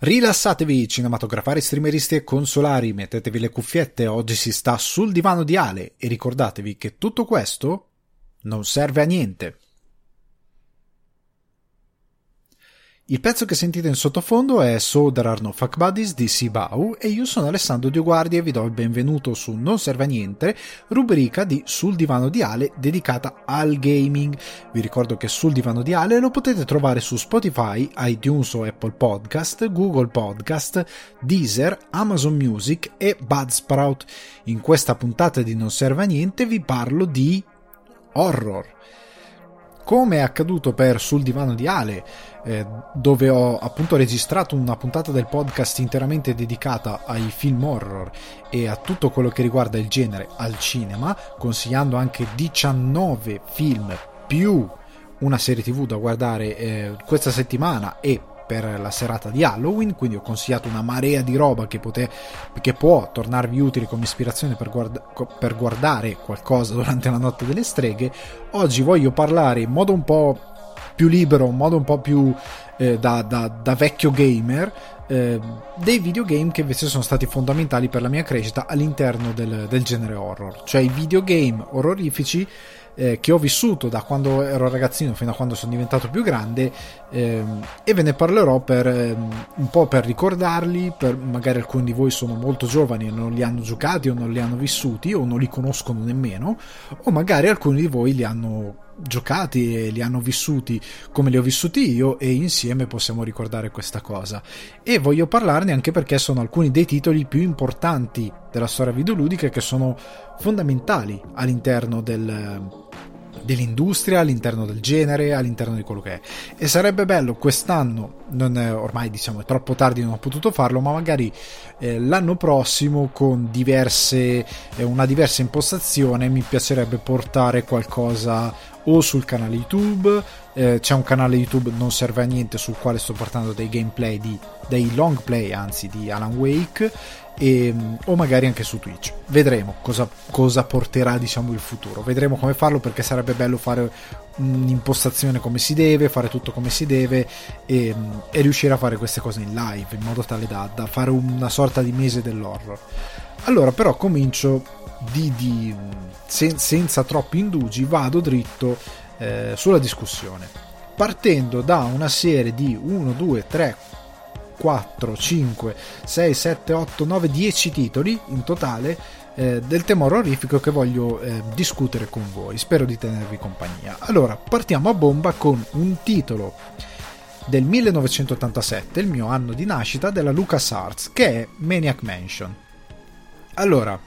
Rilassatevi, cinematografari, streameristi e consolari, mettetevi le cuffiette, oggi si sta sul divano di Ale e ricordatevi che tutto questo non serve a niente. Il pezzo che sentite in sottofondo è So There Are No Fuck Buddies di Sibau e io sono Alessandro Dioguardi e vi do il benvenuto su Non Serve a Niente, rubrica di Sul Divano di Ale dedicata al gaming. Vi ricordo che Sul Divano di Ale lo potete trovare su Spotify, iTunes o Apple Podcast, Google Podcast, Deezer, Amazon Music e Buzzsprout. In questa puntata di Non Serve a Niente vi parlo di horror. Come è accaduto per Sul Divano di Ale, dove ho appunto registrato una puntata del podcast interamente dedicata ai film horror e a tutto quello che riguarda il genere al cinema, consigliando anche 19 film più una serie TV da guardare questa settimana e per la serata di Halloween, quindi ho consigliato una marea di roba che può tornarvi utile come ispirazione per guardare qualcosa durante la notte delle streghe. Oggi voglio parlare in modo un po' più libero, un modo un po' più da vecchio gamer, dei videogame che invece sono stati fondamentali per la mia crescita all'interno del genere horror, cioè i videogame orrorifici che ho vissuto da quando ero ragazzino fino a quando sono diventato più grande, e ve ne parlerò un po' per ricordarli, per magari alcuni di voi sono molto giovani e non li hanno giocati o non li hanno vissuti o non li conoscono nemmeno, o magari alcuni di voi li hanno giocati e li hanno vissuti come li ho vissuti io e insieme possiamo ricordare questa cosa. E voglio parlarne anche perché sono alcuni dei titoli più importanti della storia videoludica che sono fondamentali all'interno dell'industria, all'interno del genere, all'interno di quello che è. E sarebbe bello quest'anno, ormai diciamo è troppo tardi, non ho potuto farlo, ma magari l'anno prossimo con una diversa impostazione mi piacerebbe portare qualcosa o sul canale YouTube, c'è un canale YouTube Non Serve a Niente sul quale sto portando dei gameplay dei long play anzi di Alan Wake, o magari anche su Twitch. Vedremo cosa porterà diciamo il futuro, vedremo come farlo, perché sarebbe bello fare un'impostazione come si deve, fare tutto come si deve e riuscire a fare queste cose in live in modo tale da fare una sorta di mese dell'horror. Allora però comincio senza troppi indugi, vado dritto sulla discussione, partendo da una serie di 1, 2, 3, 4, 5, 6, 7, 8, 9, 10 titoli in totale del tema orrorifico che voglio discutere con voi. Spero di tenervi compagnia. Allora, partiamo a bomba con un titolo del 1987, il mio anno di nascita, della LucasArts, che è Maniac Mansion. Allora,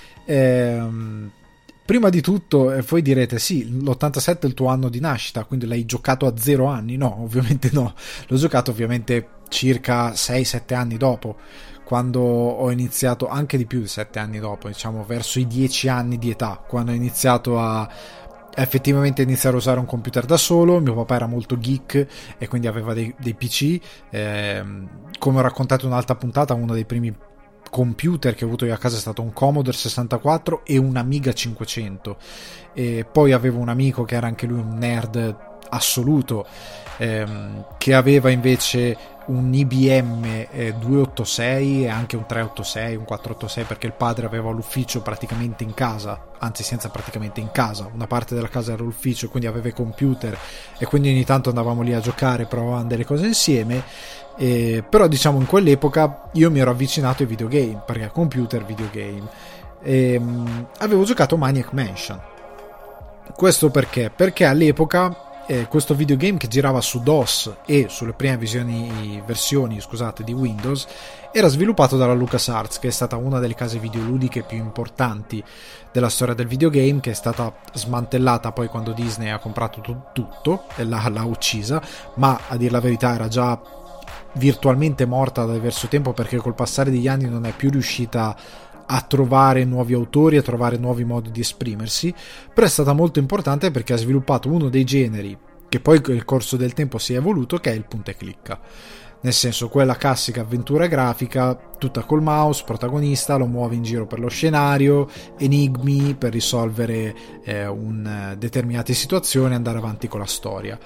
prima di tutto voi direte sì, l'87 è il tuo anno di nascita, quindi l'hai giocato a 0 anni? No, ovviamente no, l'ho giocato ovviamente circa 6-7 anni dopo, quando ho iniziato, anche di più di 7 anni dopo, diciamo verso i 10 anni di età, quando ho iniziato a effettivamente iniziare a usare un computer da solo. Mio papà era molto geek e quindi aveva dei PC, come ho raccontato in un'altra puntata, uno dei primi computer che ho avuto io a casa è stato un Commodore 64 e un Amiga 500, e poi avevo un amico che era anche lui un nerd assoluto, che aveva invece un IBM 286 e anche un 386, un 486, perché il padre aveva l'ufficio praticamente in casa, anzi senza praticamente in casa, una parte della casa era l'ufficio, quindi aveva i computer e quindi ogni tanto andavamo lì a giocare, provavamo delle cose insieme. Però diciamo in quell'epoca io mi ero avvicinato ai videogame, perché computer, videogame, avevo giocato Maniac Mansion. Questo perché all'epoca questo videogame, che girava su DOS e sulle prime versioni di Windows, era sviluppato dalla LucasArts, che è stata una delle case videoludiche più importanti della storia del videogame, che è stata smantellata poi quando Disney ha comprato tutto e l'ha uccisa, ma a dir la verità era già virtualmente morta da diverso tempo, perché col passare degli anni non è più riuscita a trovare nuovi autori, a trovare nuovi modi di esprimersi. Però è stata molto importante perché ha sviluppato uno dei generi che poi nel corso del tempo si è evoluto, che è il punta e clicca, nel senso quella classica avventura grafica tutta col mouse, protagonista lo muove in giro per lo scenario, enigmi per risolvere determinate situazioni, andare avanti con la storia.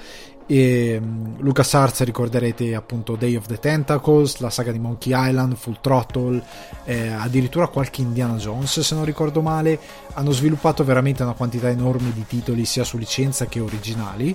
E LucasArts ricorderete appunto Day of the Tentacles, la saga di Monkey Island, Full Throttle, addirittura qualche Indiana Jones se non ricordo male. Hanno sviluppato veramente una quantità enorme di titoli sia su licenza che originali,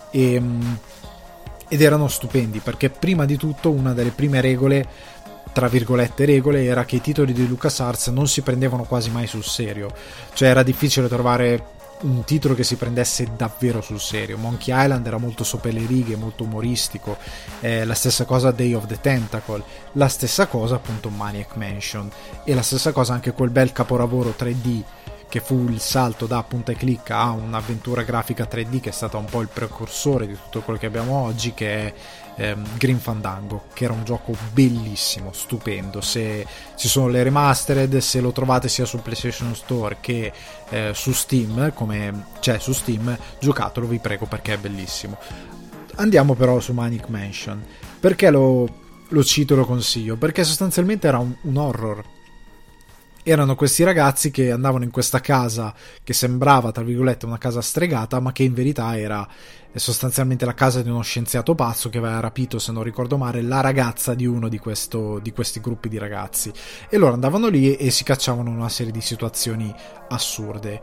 ed erano stupendi, perché prima di tutto una delle prime regole, tra virgolette regole, era che i titoli di LucasArts non si prendevano quasi mai sul serio, cioè era difficile trovare un titolo che si prendesse davvero sul serio. Monkey Island era molto sopra le righe, molto umoristico, la stessa cosa Day of the Tentacle, la stessa cosa appunto Maniac Mansion, e la stessa cosa anche quel bel capolavoro 3D che fu il salto da punta e clicca a un'avventura grafica 3D, che è stata un po' il precursore di tutto quello che abbiamo oggi, che è Grim Fandango, che era un gioco bellissimo, stupendo. Se ci sono le remastered, se lo trovate sia sul PlayStation Store che su Steam, come c'è su Steam, giocatelo, vi prego, perché è bellissimo. Andiamo però su Manic Mansion. Perché lo cito e lo consiglio? Perché sostanzialmente era un horror. Erano questi ragazzi che andavano in questa casa che sembrava, tra virgolette, una casa stregata, ma che in verità era sostanzialmente la casa di uno scienziato pazzo che aveva rapito, se non ricordo male, la ragazza di uno di questi gruppi di ragazzi, e loro andavano lì e si cacciavano in una serie di situazioni assurde.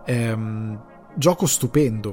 Gioco stupendo,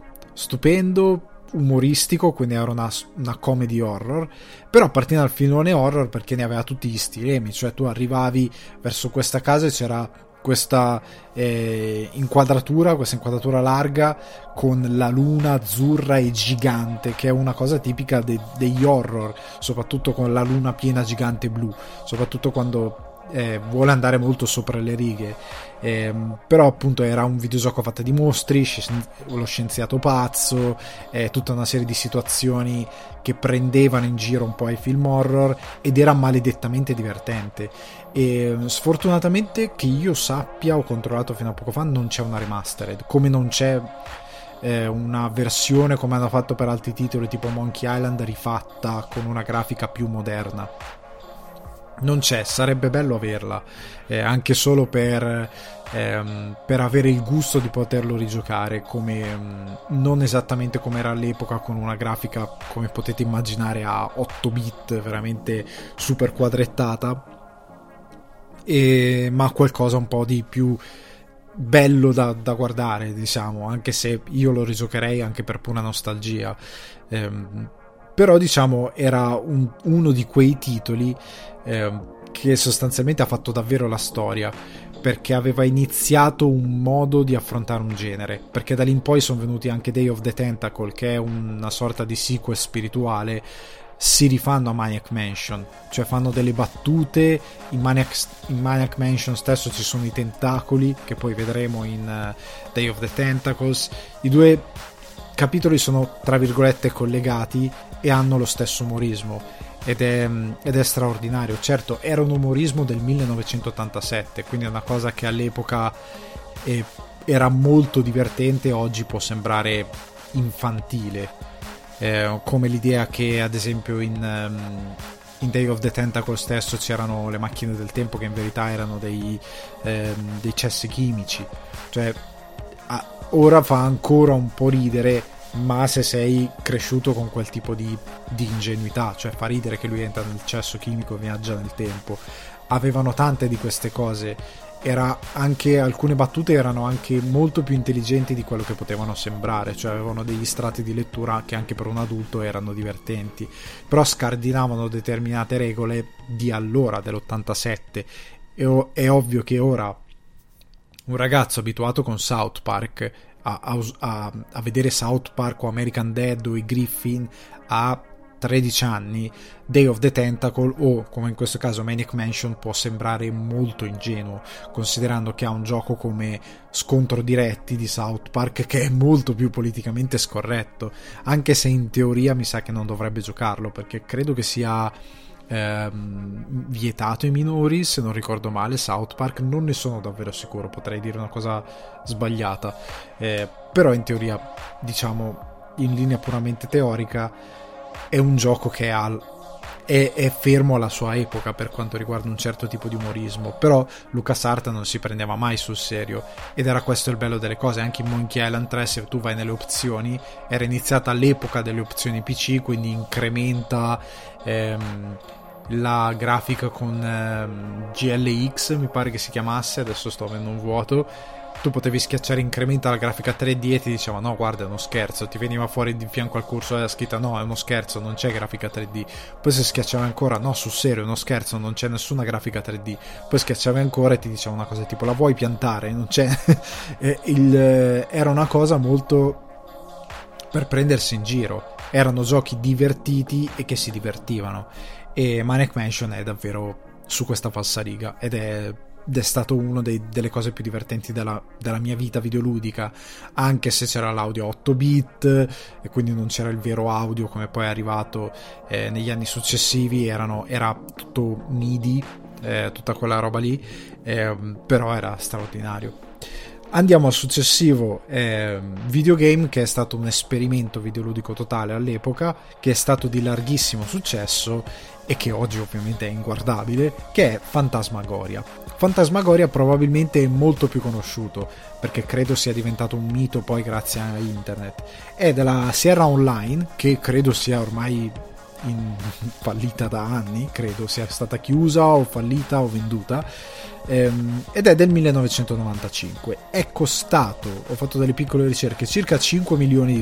umoristico, quindi era una comedy horror, però appartiene al filone horror perché ne aveva tutti gli stilemi, cioè tu arrivavi verso questa casa e c'era questa inquadratura larga con la luna azzurra e gigante, che è una cosa tipica degli horror, soprattutto con la luna piena gigante blu, soprattutto quando vuole andare molto sopra le righe. Però appunto era un videogioco fatto di mostri, lo scienziato pazzo, tutta una serie di situazioni che prendevano in giro un po' i film horror, ed era maledettamente divertente. E sfortunatamente, che io sappia, ho controllato fino a poco fa, non c'è una remastered, come non c'è una versione, come hanno fatto per altri titoli tipo Monkey Island, rifatta con una grafica più moderna. Non c'è, sarebbe bello averla, anche solo per avere il gusto di poterlo rigiocare, come non esattamente come era all'epoca, con una grafica, come potete immaginare, a 8 bit veramente super quadrettata, ma qualcosa un po' di più bello da guardare, diciamo, anche se io lo rigiocherei anche per pura nostalgia. Però diciamo era uno di quei titoli che sostanzialmente ha fatto davvero la storia, perché aveva iniziato un modo di affrontare un genere, perché da lì in poi sono venuti anche Day of the Tentacle, che è una sorta di sequel spirituale. Si rifanno a Maniac Mansion, cioè fanno delle battute. In Maniac Mansion stesso ci sono i tentacoli, che poi vedremo in Day of the Tentacles. I due capitoli sono tra virgolette collegati e hanno lo stesso umorismo, ed è straordinario. Certo, era un umorismo del 1987, quindi è una cosa che all'epoca era molto divertente, oggi può sembrare infantile, come l'idea che ad esempio in Day of the Tentacle stesso c'erano le macchine del tempo che in verità erano dei cessi chimici. Cioè ora fa ancora un po' ridere, ma se sei cresciuto con quel tipo di ingenuità, cioè fa ridere che lui entra nel cesso chimico e viaggia nel tempo. Avevano tante di queste cose. Alcune battute erano anche molto più intelligenti di quello che potevano sembrare, cioè avevano degli strati di lettura che anche per un adulto erano divertenti, però scardinavano determinate regole di allora, dell'87. È ovvio che ora un ragazzo abituato con South Park a vedere South Park o American Dad o i Griffin a 13 anni, Day of the Tentacle o come in questo caso Maniac Mansion può sembrare molto ingenuo, considerando che ha un gioco come Scontro Diretti di South Park che è molto più politicamente scorretto, anche se in teoria mi sa che non dovrebbe giocarlo, perché credo che sia vietato ai minori, se non ricordo male. South Park, non ne sono davvero sicuro, potrei dire una cosa sbagliata, però in teoria, diciamo in linea puramente teorica, è un gioco che ha è fermo alla sua epoca per quanto riguarda un certo tipo di umorismo, però LucasArts non si prendeva mai sul serio, ed era questo il bello delle cose. Anche in Monkey Island 3, se tu vai nelle opzioni, era iniziata l'epoca delle opzioni PC, quindi incrementa la grafica con GLX, mi pare che si chiamasse, adesso sto avendo un vuoto. Tu potevi schiacciare incrementa la grafica 3D e ti diceva no, guarda, è uno scherzo, ti veniva fuori di fianco al cursore la scritta no, è uno scherzo, non c'è grafica 3D. Poi se schiacciavi ancora no, sul serio, è uno scherzo, non c'è nessuna grafica 3D. Poi schiacciavi ancora e ti diceva una cosa tipo la vuoi piantare, non c'è. Era una cosa molto per prendersi in giro, erano giochi divertiti e che si divertivano, e Maniac Mansion è davvero su questa falsariga, ed è stato uno delle cose più divertenti della mia vita videoludica, anche se c'era l'audio 8 bit e quindi non c'era il vero audio come poi è arrivato negli anni successivi, era tutto MIDI, tutta quella roba lì, però era straordinario. Andiamo al successivo videogame, che è stato un esperimento videoludico totale all'epoca, che è stato di larghissimo successo e che oggi ovviamente è inguardabile, che è Phantasmagoria. Phantasmagoria probabilmente è molto più conosciuto, perché credo sia diventato un mito poi grazie a internet. È della Sierra Online, che credo sia ormai fallita da anni, credo sia stata chiusa o fallita o venduta, ed è del 1995. È costato, ho fatto delle piccole ricerche, circa $5 milioni,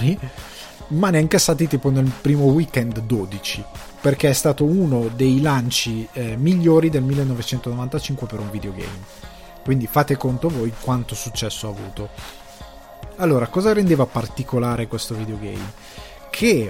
ma ne ha incassati tipo nel primo weekend 12, perché è stato uno dei lanci migliori del 1995 per un videogame. Quindi fate conto voi quanto successo ha avuto. Allora, cosa rendeva particolare questo videogame? Che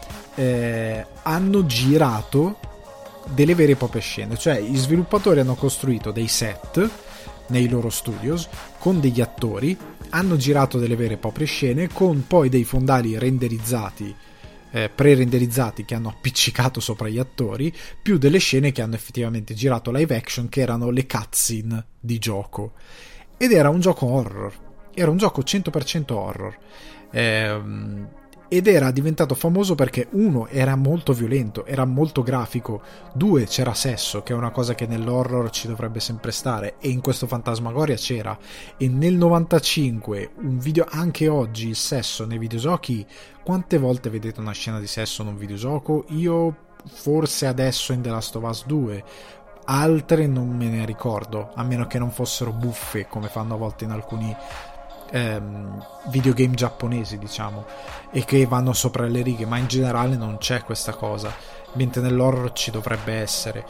hanno girato delle vere e proprie scene, cioè gli sviluppatori hanno costruito dei set nei loro studios con degli attori, hanno girato delle vere e proprie scene con poi dei fondali renderizzati, pre-renderizzati, che hanno appiccicato sopra gli attori, più delle scene che hanno effettivamente girato live action, che erano le cutscene di gioco. Ed era un gioco horror, era un gioco 100% horror, ed era diventato famoso perché uno, era molto violento, era molto grafico, due, c'era sesso, che è una cosa che nell'horror ci dovrebbe sempre stare, e in questo Phantasmagoria c'era. E nel 95 un video, anche oggi il sesso nei videogiochi, quante volte vedete una scena di sesso in un videogioco? Io forse adesso in The Last of Us 2, altre non me ne ricordo, a meno che non fossero buffe come fanno a volte in alcuni videogame giapponesi, diciamo, e che vanno sopra le righe, ma in generale non c'è questa cosa, mentre nell'horror ci dovrebbe essere.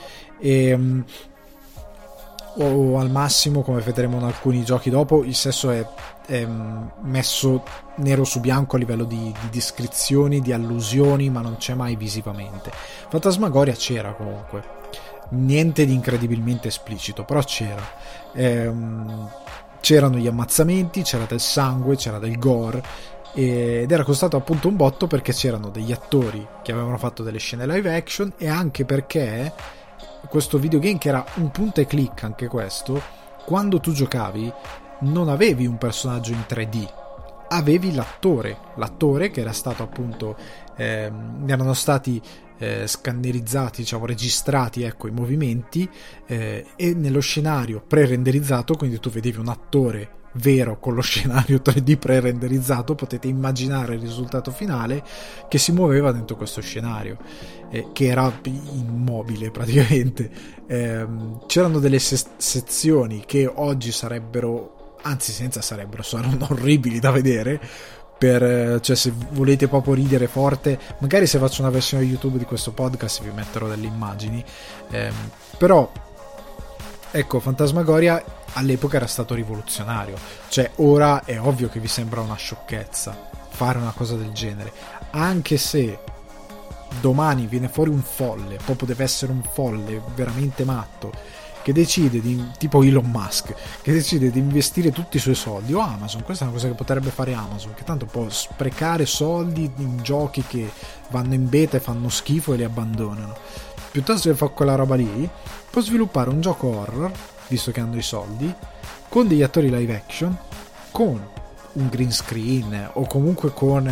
O al massimo, come vedremo in alcuni giochi dopo, il sesso è messo nero su bianco a livello di descrizioni, di allusioni, ma non c'è mai visivamente. Phantasmagoria c'era comunque, niente di incredibilmente esplicito, però c'era. C'erano gli ammazzamenti, c'era del sangue, c'era del gore, ed era costato appunto un botto perché c'erano degli attori che avevano fatto delle scene live action, e anche perché questo videogame, che era un punta e clic anche questo, quando tu giocavi non avevi un personaggio in 3D, avevi l'attore che era stato appunto erano stati scannerizzati, diciamo registrati, ecco, i movimenti, e nello scenario pre-renderizzato, quindi tu vedevi un attore vero con lo scenario 3D pre-renderizzato, potete immaginare il risultato finale, che si muoveva dentro questo scenario, che era immobile praticamente. C'erano delle sezioni che oggi sarebbero, anzi senza sarebbero, saranno orribili da vedere, cioè se volete proprio ridere forte, magari se faccio una versione YouTube di questo podcast vi metterò delle immagini, però ecco, Phantasmagoria all'epoca era stato rivoluzionario, cioè ora è ovvio che vi sembra una sciocchezza fare una cosa del genere, anche se domani viene fuori un folle, proprio deve essere un folle veramente matto, che decide tipo Elon Musk, che decide di investire tutti i suoi soldi, o Amazon, questa è una cosa che potrebbe fare Amazon, che tanto può sprecare soldi in giochi che vanno in beta e fanno schifo e li abbandonano, piuttosto che fare quella roba lì, può sviluppare un gioco horror, visto che hanno i soldi, con degli attori live action, con un green screen o comunque con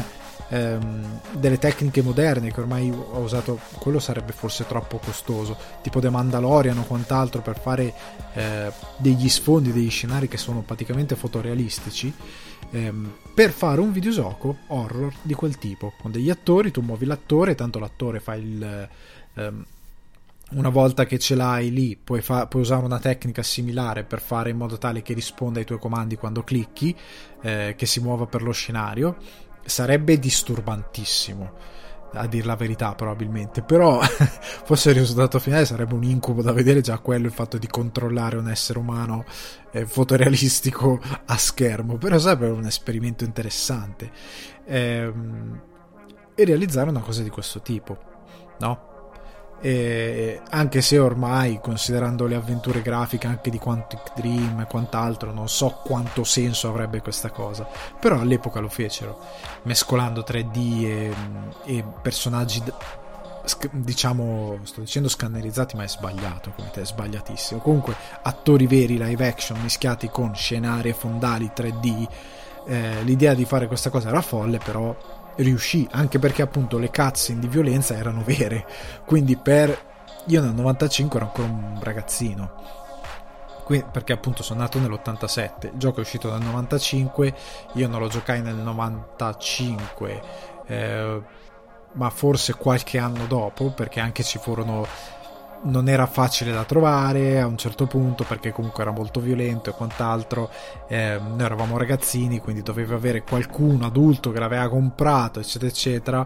delle tecniche moderne che ormai ho usato, quello sarebbe forse troppo costoso, tipo The Mandalorian o quant'altro, per fare degli sfondi, degli scenari che sono praticamente fotorealistici, per fare un videogioco horror di quel tipo, con degli attori, tu muovi l'attore, tanto l'attore fa una volta che ce l'hai lì puoi usare una tecnica similare per fare in modo tale che risponda ai tuoi comandi quando clicchi, che si muova per lo scenario. Sarebbe disturbantissimo, a dir la verità, probabilmente, però forse il risultato finale sarebbe un incubo da vedere, già quello, il fatto di controllare un essere umano fotorealistico a schermo, però sarebbe un esperimento interessante, e realizzare una cosa di questo tipo, no? Anche se ormai, considerando le avventure grafiche anche di Quantic Dream e quant'altro, non so quanto senso avrebbe questa cosa, però all'epoca lo fecero, mescolando 3D e personaggi, diciamo, sto dicendo scannerizzati, ma è sbagliato, come te, è sbagliatissimo. Comunque attori veri live action mischiati con scenari e fondali 3D. L'idea di fare questa cosa era folle, però riuscì, anche perché appunto le cutscene di violenza erano vere, quindi io nel 95 ero ancora un ragazzino, perché appunto sono nato nell'87, il gioco è uscito nel 95, io non lo giocai nel 95, ma forse qualche anno dopo, perché anche non era facile da trovare a un certo punto, perché comunque era molto violento e quant'altro. Noi eravamo ragazzini, quindi dovevi avere qualcuno adulto che l'aveva comprato, eccetera eccetera,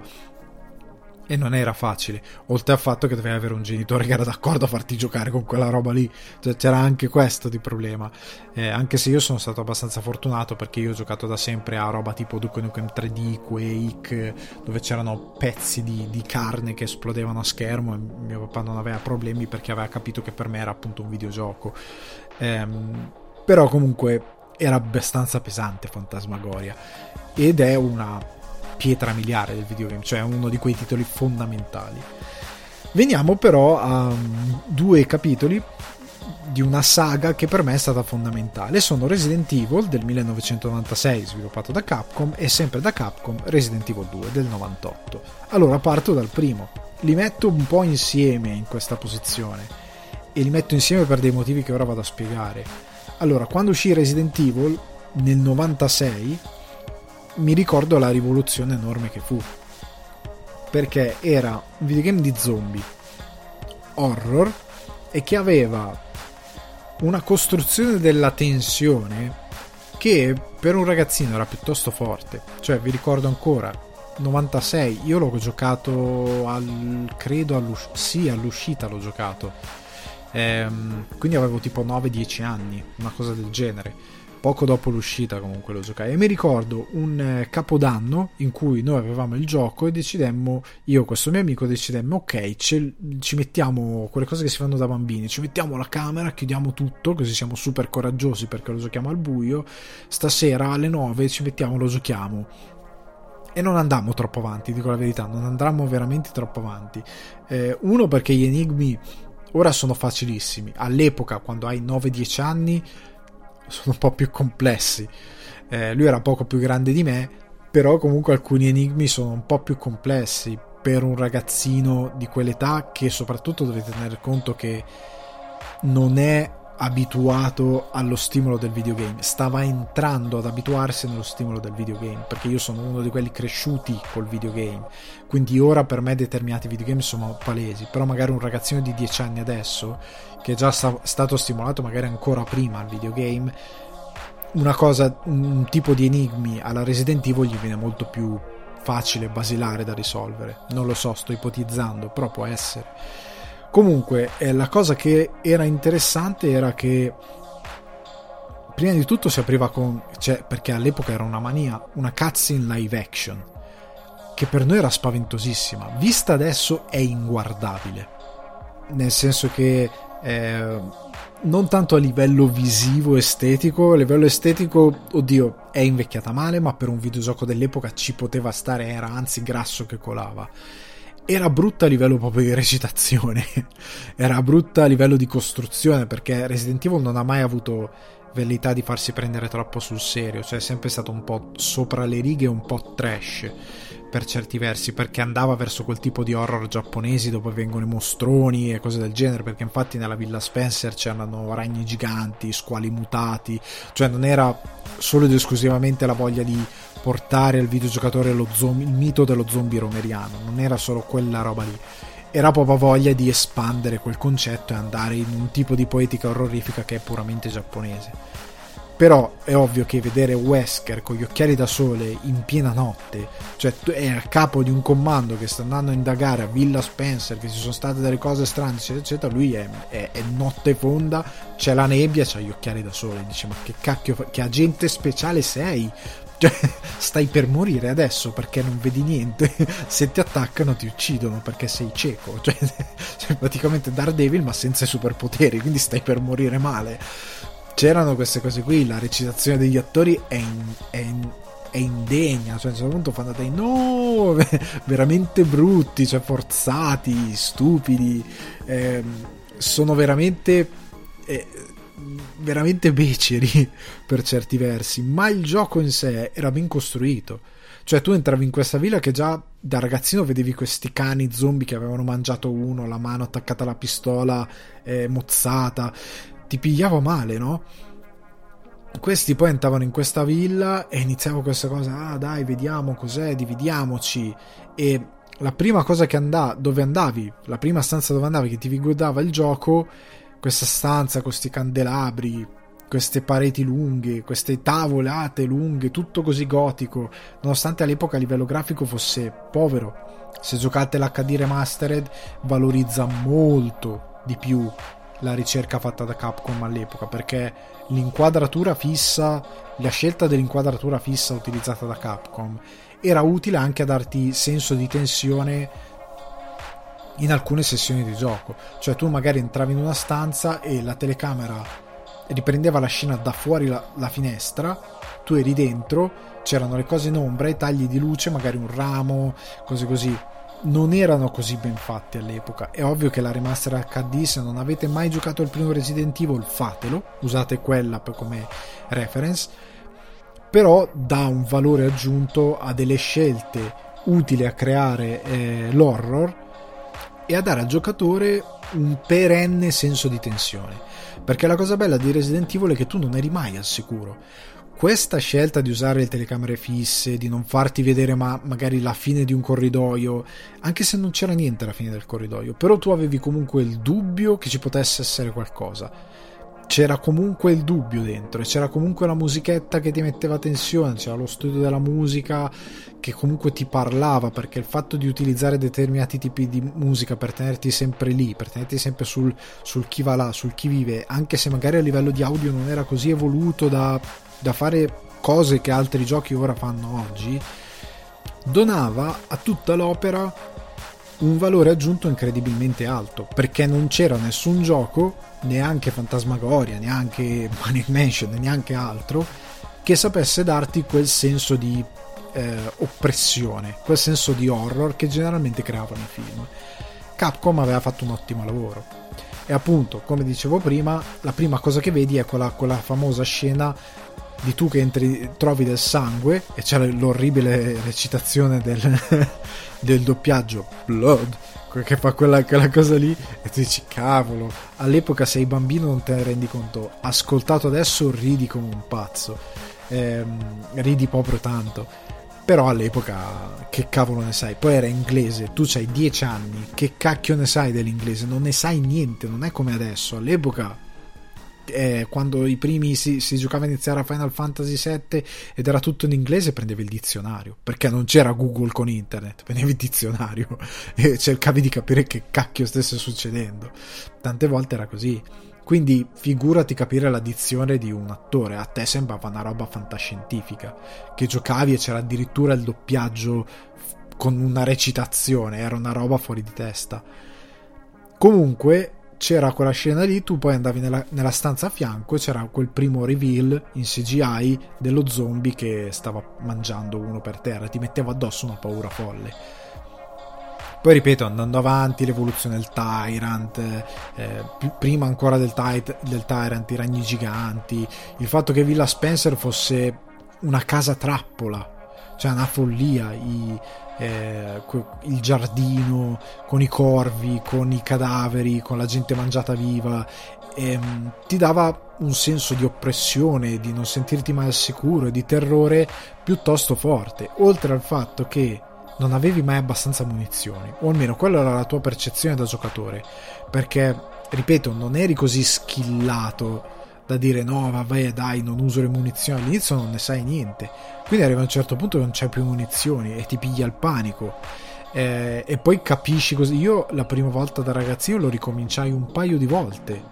e non era facile, oltre al fatto che dovevi avere un genitore che era d'accordo a farti giocare con quella roba lì, cioè, c'era anche questo di problema, anche se io sono stato abbastanza fortunato, perché io ho giocato da sempre a roba tipo Duke Nukem 3D, Quake, dove c'erano pezzi di carne che esplodevano a schermo, e mio papà non aveva problemi perché aveva capito che per me era appunto un videogioco, però comunque era abbastanza pesante Fantasmagoria, ed è una pietra miliare del videogame, cioè uno di quei titoli fondamentali. Veniamo però a due capitoli di una saga che per me è stata fondamentale. Sono Resident Evil del 1996, sviluppato da Capcom, e sempre da Capcom Resident Evil 2 del 98. Allora parto dal primo, li metto un po' insieme in questa posizione, e li metto insieme per dei motivi che ora vado a spiegare. Allora, quando uscì Resident Evil nel 96, mi ricordo la rivoluzione enorme che fu, perché era un videogame di zombie horror e che aveva una costruzione della tensione che per un ragazzino era piuttosto forte. Cioè, vi ricordo ancora 96, io l'ho giocato all'uscita l'ho giocato, quindi avevo tipo 9-10 anni, una cosa del genere. Poco dopo l'uscita comunque lo giocai, e mi ricordo un capodanno in cui noi avevamo il gioco e decidemmo, io e questo mio amico decidemmo, ok, ci mettiamo quelle cose che si fanno da bambini, ci mettiamo la camera, chiudiamo tutto, così siamo super coraggiosi perché lo giochiamo al buio, stasera alle 9 ci mettiamo, lo giochiamo. E non andammo troppo avanti, dico la verità, non andammo veramente troppo avanti, uno perché gli enigmi ora sono facilissimi, all'epoca quando hai 9-10 anni sono un po' più complessi. Lui era poco più grande di me, però comunque alcuni enigmi sono un po' più complessi per un ragazzino di quell'età, che soprattutto dovete tener conto che non è abituato allo stimolo del videogame, stava entrando ad abituarsi nello stimolo del videogame, perché io sono uno di quelli cresciuti col videogame, quindi ora per me determinati videogame sono palesi, però magari un ragazzino di 10 anni adesso, che è già stato stimolato magari ancora prima al videogame, un tipo di enigmi alla Resident Evil gli viene molto più facile, basilare da risolvere. Non lo so, sto ipotizzando, però può essere. Comunque, la cosa che era interessante era che prima di tutto si apriva perché all'epoca era una mania, una cutscene live action, che per noi era spaventosissima. Vista adesso è inguardabile, nel senso che non tanto a livello visivo estetico, a livello estetico, oddio, è invecchiata male, ma per un videogioco dell'epoca ci poteva stare, era anzi grasso che colava. Era brutta a livello proprio di recitazione, era brutta a livello di costruzione, perché Resident Evil non ha mai avuto velleità di farsi prendere troppo sul serio, cioè è sempre stato un po' sopra le righe, un po' trash per certi versi, perché andava verso quel tipo di horror giapponesi dove vengono i mostroni e cose del genere, perché infatti nella Villa Spencer c'erano ragni giganti, squali mutati, cioè non era solo ed esclusivamente la voglia di portare al videogiocatore il mito dello zombie romeriano, non era solo quella roba lì, era proprio voglia di espandere quel concetto e andare in un tipo di poetica orrorifica che è puramente giapponese. Però è ovvio che vedere Wesker con gli occhiali da sole in piena notte, cioè è a capo di un comando che sta andando a indagare a Villa Spencer, che ci sono state delle cose strane eccetera eccetera, lui è notte fonda, c'è la nebbia, c'ha gli occhiali da sole, dice ma che cacchio, che agente speciale sei? Cioè, stai per morire adesso perché non vedi niente, se ti attaccano ti uccidono perché sei cieco, cioè praticamente Daredevil ma senza i superpoteri, quindi stai per morire male. C'erano queste cose qui, la recitazione degli attori è indegna, cioè a un certo punto fanno dei no veramente brutti, cioè forzati, stupidi, sono veramente beceri per certi versi, ma il gioco in sé era ben costruito. Cioè tu entravi in questa villa che già da ragazzino vedevi questi cani zombie che avevano mangiato uno, la mano attaccata alla pistola mozzata, ti pigliava male, no? Questi poi entravano in questa villa e iniziava questa cosa, dai vediamo cos'è, dividiamoci, e la prima cosa dove andavi, la prima stanza dove andavi che ti riguardava il gioco, questa stanza con questi candelabri, queste pareti lunghe, queste tavolate lunghe, tutto così gotico, nonostante all'epoca a livello grafico fosse povero. Se giocate l'HD Remastered valorizza molto di più la ricerca fatta da Capcom all'epoca, perché l'inquadratura fissa, la scelta dell'inquadratura fissa utilizzata da Capcom era utile anche a darti senso di tensione in alcune sessioni di gioco. Cioè tu magari entravi in una stanza e la telecamera riprendeva la scena da fuori la finestra, tu eri dentro, c'erano le cose in ombra, i tagli di luce, magari un ramo, cose così, non erano così ben fatti all'epoca. È ovvio che la remaster HD, se non avete mai giocato il primo Resident Evil, fatelo, usate quella come reference, però dà un valore aggiunto a delle scelte utili a creare l'horror e a dare al giocatore un perenne senso di tensione, perché la cosa bella di Resident Evil è che tu non eri mai al sicuro. Questa scelta di usare le telecamere fisse, di non farti vedere magari la fine di un corridoio, anche se non c'era niente alla fine del corridoio, però tu avevi comunque il dubbio che ci potesse essere qualcosa, c'era comunque il dubbio dentro e c'era comunque la musichetta che ti metteva tensione, c'era lo studio della musica che comunque ti parlava, perché il fatto di utilizzare determinati tipi di musica per tenerti sempre lì, per tenerti sempre sul chi va là, sul chi vive, anche se magari a livello di audio non era così evoluto da fare cose che altri giochi ora fanno oggi, donava a tutta l'opera un valore aggiunto incredibilmente alto, perché non c'era nessun gioco, neanche Phantasmagoria, neanche Maniac Mansion, neanche altro, che sapesse darti quel senso di oppressione, quel senso di horror che generalmente creavano i film. Capcom aveva fatto un ottimo lavoro e appunto, come dicevo prima, la prima cosa che vedi è quella famosa scena di tu che entri, trovi del sangue e c'è l'orribile recitazione del doppiaggio Blood, che fa quella cosa lì e tu dici cavolo, all'epoca sei bambino non te ne rendi conto, ascoltato adesso ridi come un pazzo, ridi proprio tanto, però all'epoca che cavolo ne sai, poi era inglese, tu c'hai 10 anni, che cacchio ne sai dell'inglese, non ne sai niente, non è come adesso. All'epoca quando i primi si giocava a iniziare a Final Fantasy VII ed era tutto in inglese, prendevi il dizionario, perché non c'era Google con internet, prendevi il dizionario e cercavi di capire che cacchio stesse succedendo. Tante volte era così, quindi figurati capire la dizione di un attore, a te sembrava una roba fantascientifica, che giocavi e c'era addirittura il doppiaggio con una recitazione, era una roba fuori di testa. Comunque c'era quella scena lì, tu poi andavi nella stanza a fianco e c'era quel primo reveal in CGI dello zombie che stava mangiando uno per terra, ti metteva addosso una paura folle. Poi ripeto, andando avanti, l'evoluzione del Tyrant, prima ancora del Tyrant, i ragni giganti, il fatto che Villa Spencer fosse una casa trappola, cioè una follia, il giardino con i corvi, con i cadaveri, con la gente mangiata viva, ti dava un senso di oppressione, di non sentirti mai al sicuro e di terrore piuttosto forte, oltre al fatto che non avevi mai abbastanza munizioni, o almeno quella era la tua percezione da giocatore, perché ripeto, non eri così skillato da dire no vabbè dai, non uso le munizioni, all'inizio non ne sai niente, quindi arriva a un certo punto che non c'è più munizioni e ti piglia il panico, e poi capisci così. Io la prima volta da ragazzino lo ricominciai un paio di volte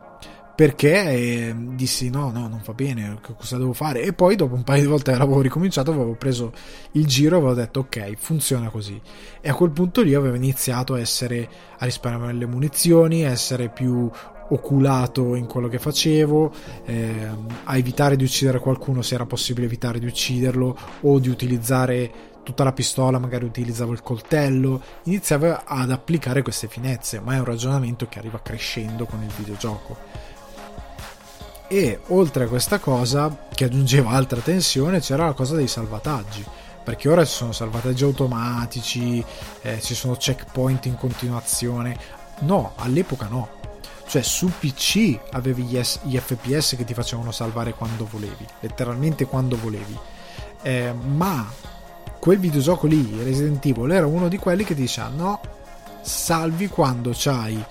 perché dissi no non va bene, cosa devo fare, e poi dopo un paio di volte che l'avevo ricominciato avevo preso il giro e avevo detto ok, funziona così, e a quel punto lì avevo iniziato a risparmiare le munizioni, a essere più oculato in quello che facevo, a evitare di uccidere qualcuno se era possibile evitare di ucciderlo, o di utilizzare tutta la pistola, magari utilizzavo il coltello, iniziavo ad applicare queste finezze, ma è un ragionamento che arriva crescendo con il videogioco. E oltre a questa cosa, che aggiungeva altra tensione, c'era la cosa dei salvataggi, perché ora ci sono salvataggi automatici, ci sono checkpoint in continuazione. No, all'epoca no, cioè su PC avevi gli FPS che ti facevano salvare quando volevi, letteralmente quando volevi, ma quel videogioco lì, Resident Evil, era uno di quelli che ti dice no, salvi quando c'hai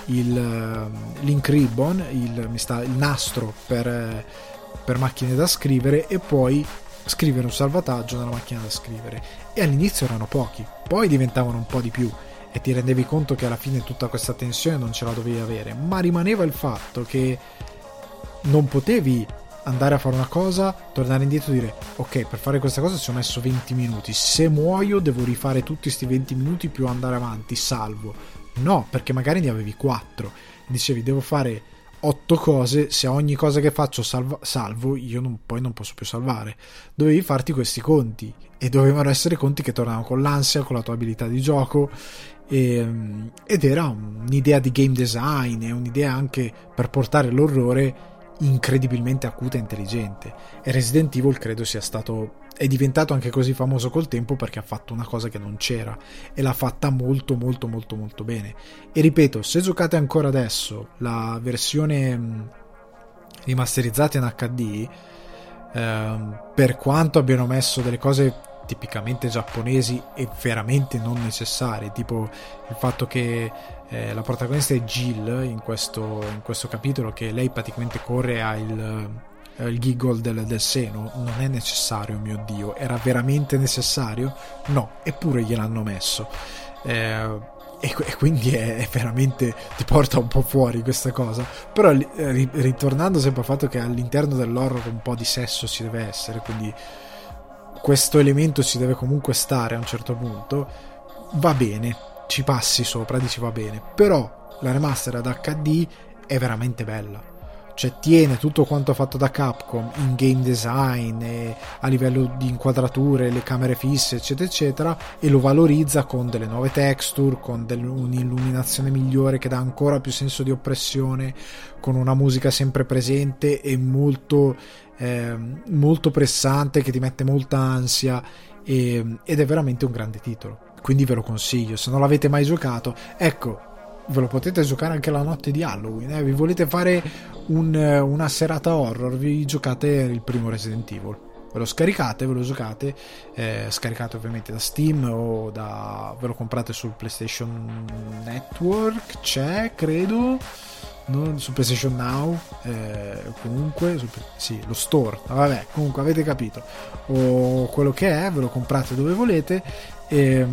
l'ink ribbon, il nastro per macchine da scrivere, e poi scrivere un salvataggio nella macchina da scrivere. E all'inizio erano pochi, poi diventavano un po' di più e ti rendevi conto che alla fine tutta questa tensione non ce la dovevi avere, ma rimaneva il fatto che non potevi andare a fare una cosa, tornare indietro e dire ok, per fare questa cosa ci ho messo 20 minuti, se muoio devo rifare tutti questi 20 minuti più andare avanti, salvo. No, perché magari ne avevi 4, dicevi devo fare 8 cose, se a ogni cosa che faccio salvo, io poi non posso più salvare. Dovevi farti questi conti, e dovevano essere conti che tornavano con l'ansia, con la tua abilità di gioco, ed era un'idea di game design e un'idea anche per portare l'orrore incredibilmente acuta e intelligente. E Resident Evil credo è diventato anche così famoso col tempo perché ha fatto una cosa che non c'era, e l'ha fatta molto molto molto molto bene. E ripeto, se giocate ancora adesso la versione rimasterizzata in HD, per quanto abbiano messo delle cose tipicamente giapponesi e veramente non necessarie, tipo il fatto che la protagonista è Jill in questo capitolo, che lei praticamente corre il giggle del seno, non è necessario, mio Dio, era veramente necessario? No, eppure gliel'hanno messo, e quindi è veramente, ti porta un po' fuori questa cosa. Però ritornando sempre al fatto che all'interno dell'horror un po' di sesso ci deve essere, quindi questo elemento ci deve comunque stare a un certo punto, va bene, ci passi sopra, dici va bene, però la remastered HD è veramente bella, cioè tiene tutto quanto fatto da Capcom in game design e a livello di inquadrature, le camere fisse eccetera eccetera, e lo valorizza con delle nuove texture, con un'illuminazione migliore che dà ancora più senso di oppressione, con una musica sempre presente e molto pressante, che ti mette molta ansia, ed è veramente un grande titolo, quindi ve lo consiglio. Se non l'avete mai giocato, ecco, ve lo potete giocare anche la notte di Halloween, vi volete fare una serata horror, vi giocate il primo Resident Evil, ve lo scaricate, ve lo giocate, scaricate ovviamente da Steam o ve lo comprate sul PlayStation Network, c'è credo, non su PlayStation Now, comunque sì, lo store, vabbè, comunque avete capito, o quello che è, ve lo comprate dove volete, e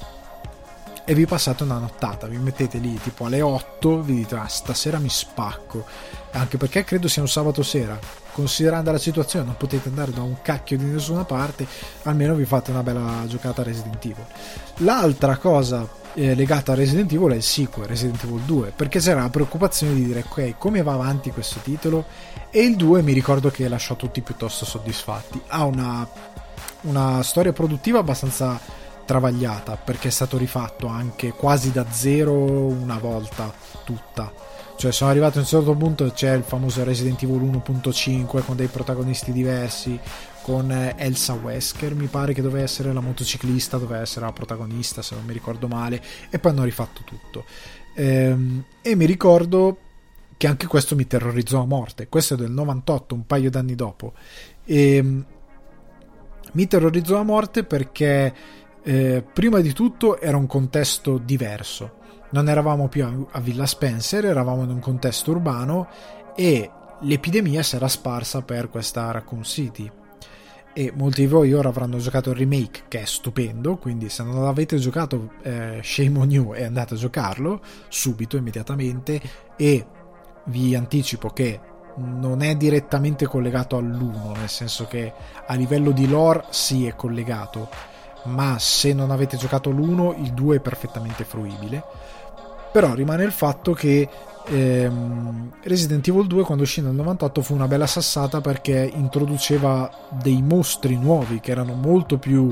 vi passate una nottata, vi mettete lì tipo alle 8, vi dite stasera mi spacco, anche perché credo sia un sabato sera, considerando la situazione non potete andare da un cacchio di nessuna parte, almeno vi fate una bella giocata a Resident Evil. L'altra cosa legata a Resident Evil è il sequel, Resident Evil 2, perché c'era la preoccupazione di dire ok, come va avanti questo titolo, e il 2 mi ricordo che lasciò tutti piuttosto soddisfatti. Ha una storia produttiva abbastanza travagliata, perché è stato rifatto anche quasi da zero una volta tutta. Cioè sono arrivato a un certo punto, c'è il famoso Resident Evil 1.5 con dei protagonisti diversi, con Elsa Wesker mi pare che doveva essere la motociclista, doveva essere la protagonista se non mi ricordo male, e poi hanno rifatto tutto. E mi ricordo che anche questo mi terrorizzò a morte. Questo è del 98, un paio d'anni dopo, e mi terrorizzò a morte perché prima di tutto era un contesto diverso, non eravamo più a Villa Spencer, eravamo in un contesto urbano e l'epidemia si era sparsa per questa Raccoon City. E molti di voi ora avranno giocato il remake, che è stupendo, quindi se non l'avete giocato shame on you e andate a giocarlo subito, immediatamente. E vi anticipo che non è direttamente collegato all'1, nel senso che a livello di lore sì è collegato, ma se non avete giocato l'1 il 2 è perfettamente fruibile. Però rimane il fatto che Resident Evil 2 quando uscì nel 98 fu una bella sassata, perché introduceva dei mostri nuovi che erano molto più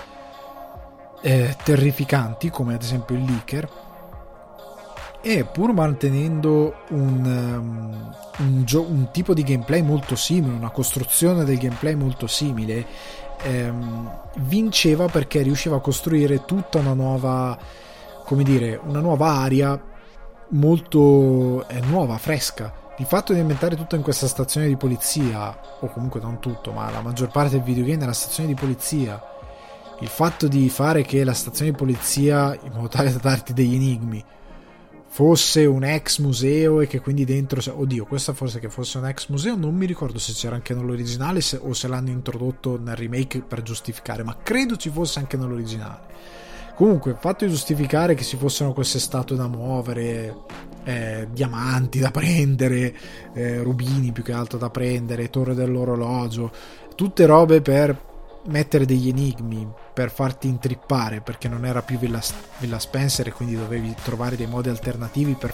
terrificanti, come ad esempio il Licker, e pur mantenendo un tipo di gameplay molto simile, una costruzione del gameplay molto simile, vinceva perché riusciva a costruire tutta una nuova, come dire, una nuova area molto nuova, fresca. Il fatto di inventare tutto in questa stazione di polizia, o comunque non tutto, ma la maggior parte del videogame è la stazione di polizia, il fatto di fare che la stazione di polizia, in modo tale da darti degli enigmi, fosse un ex museo, e che quindi dentro, oddio, questa forse che fosse un ex museo, non mi ricordo se c'era anche nell'originale o se l'hanno introdotto nel remake per giustificare, ma credo ci fosse anche nell'originale. Comunque il fatto di giustificare che ci fossero queste statue da muovere, diamanti da prendere, rubini più che altro da prendere, torre dell'orologio, tutte robe per mettere degli enigmi, per farti intrippare, perché non era più Villa Spencer e quindi dovevi trovare dei modi alternativi per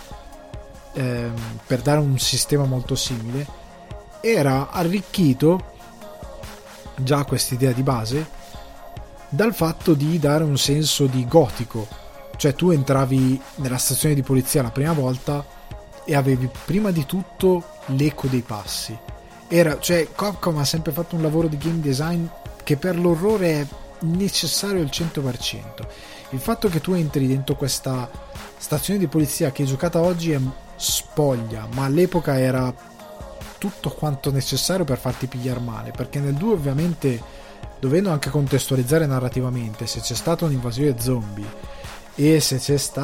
dare un sistema molto simile. Era arricchito già quest'idea di base dal fatto di dare un senso di gotico. Cioè tu entravi nella stazione di polizia la prima volta e avevi prima di tutto l'eco dei passi. Cioè Capcom ha sempre fatto un lavoro di game design che per l'orrore è necessario al 100%. Il fatto che tu entri dentro questa stazione di polizia che giocata oggi è spoglia, ma all'epoca era tutto quanto necessario per farti pigliare male, perché nel 2 ovviamente, dovendo anche contestualizzare narrativamente, se c'è stata un'invasione zombie e se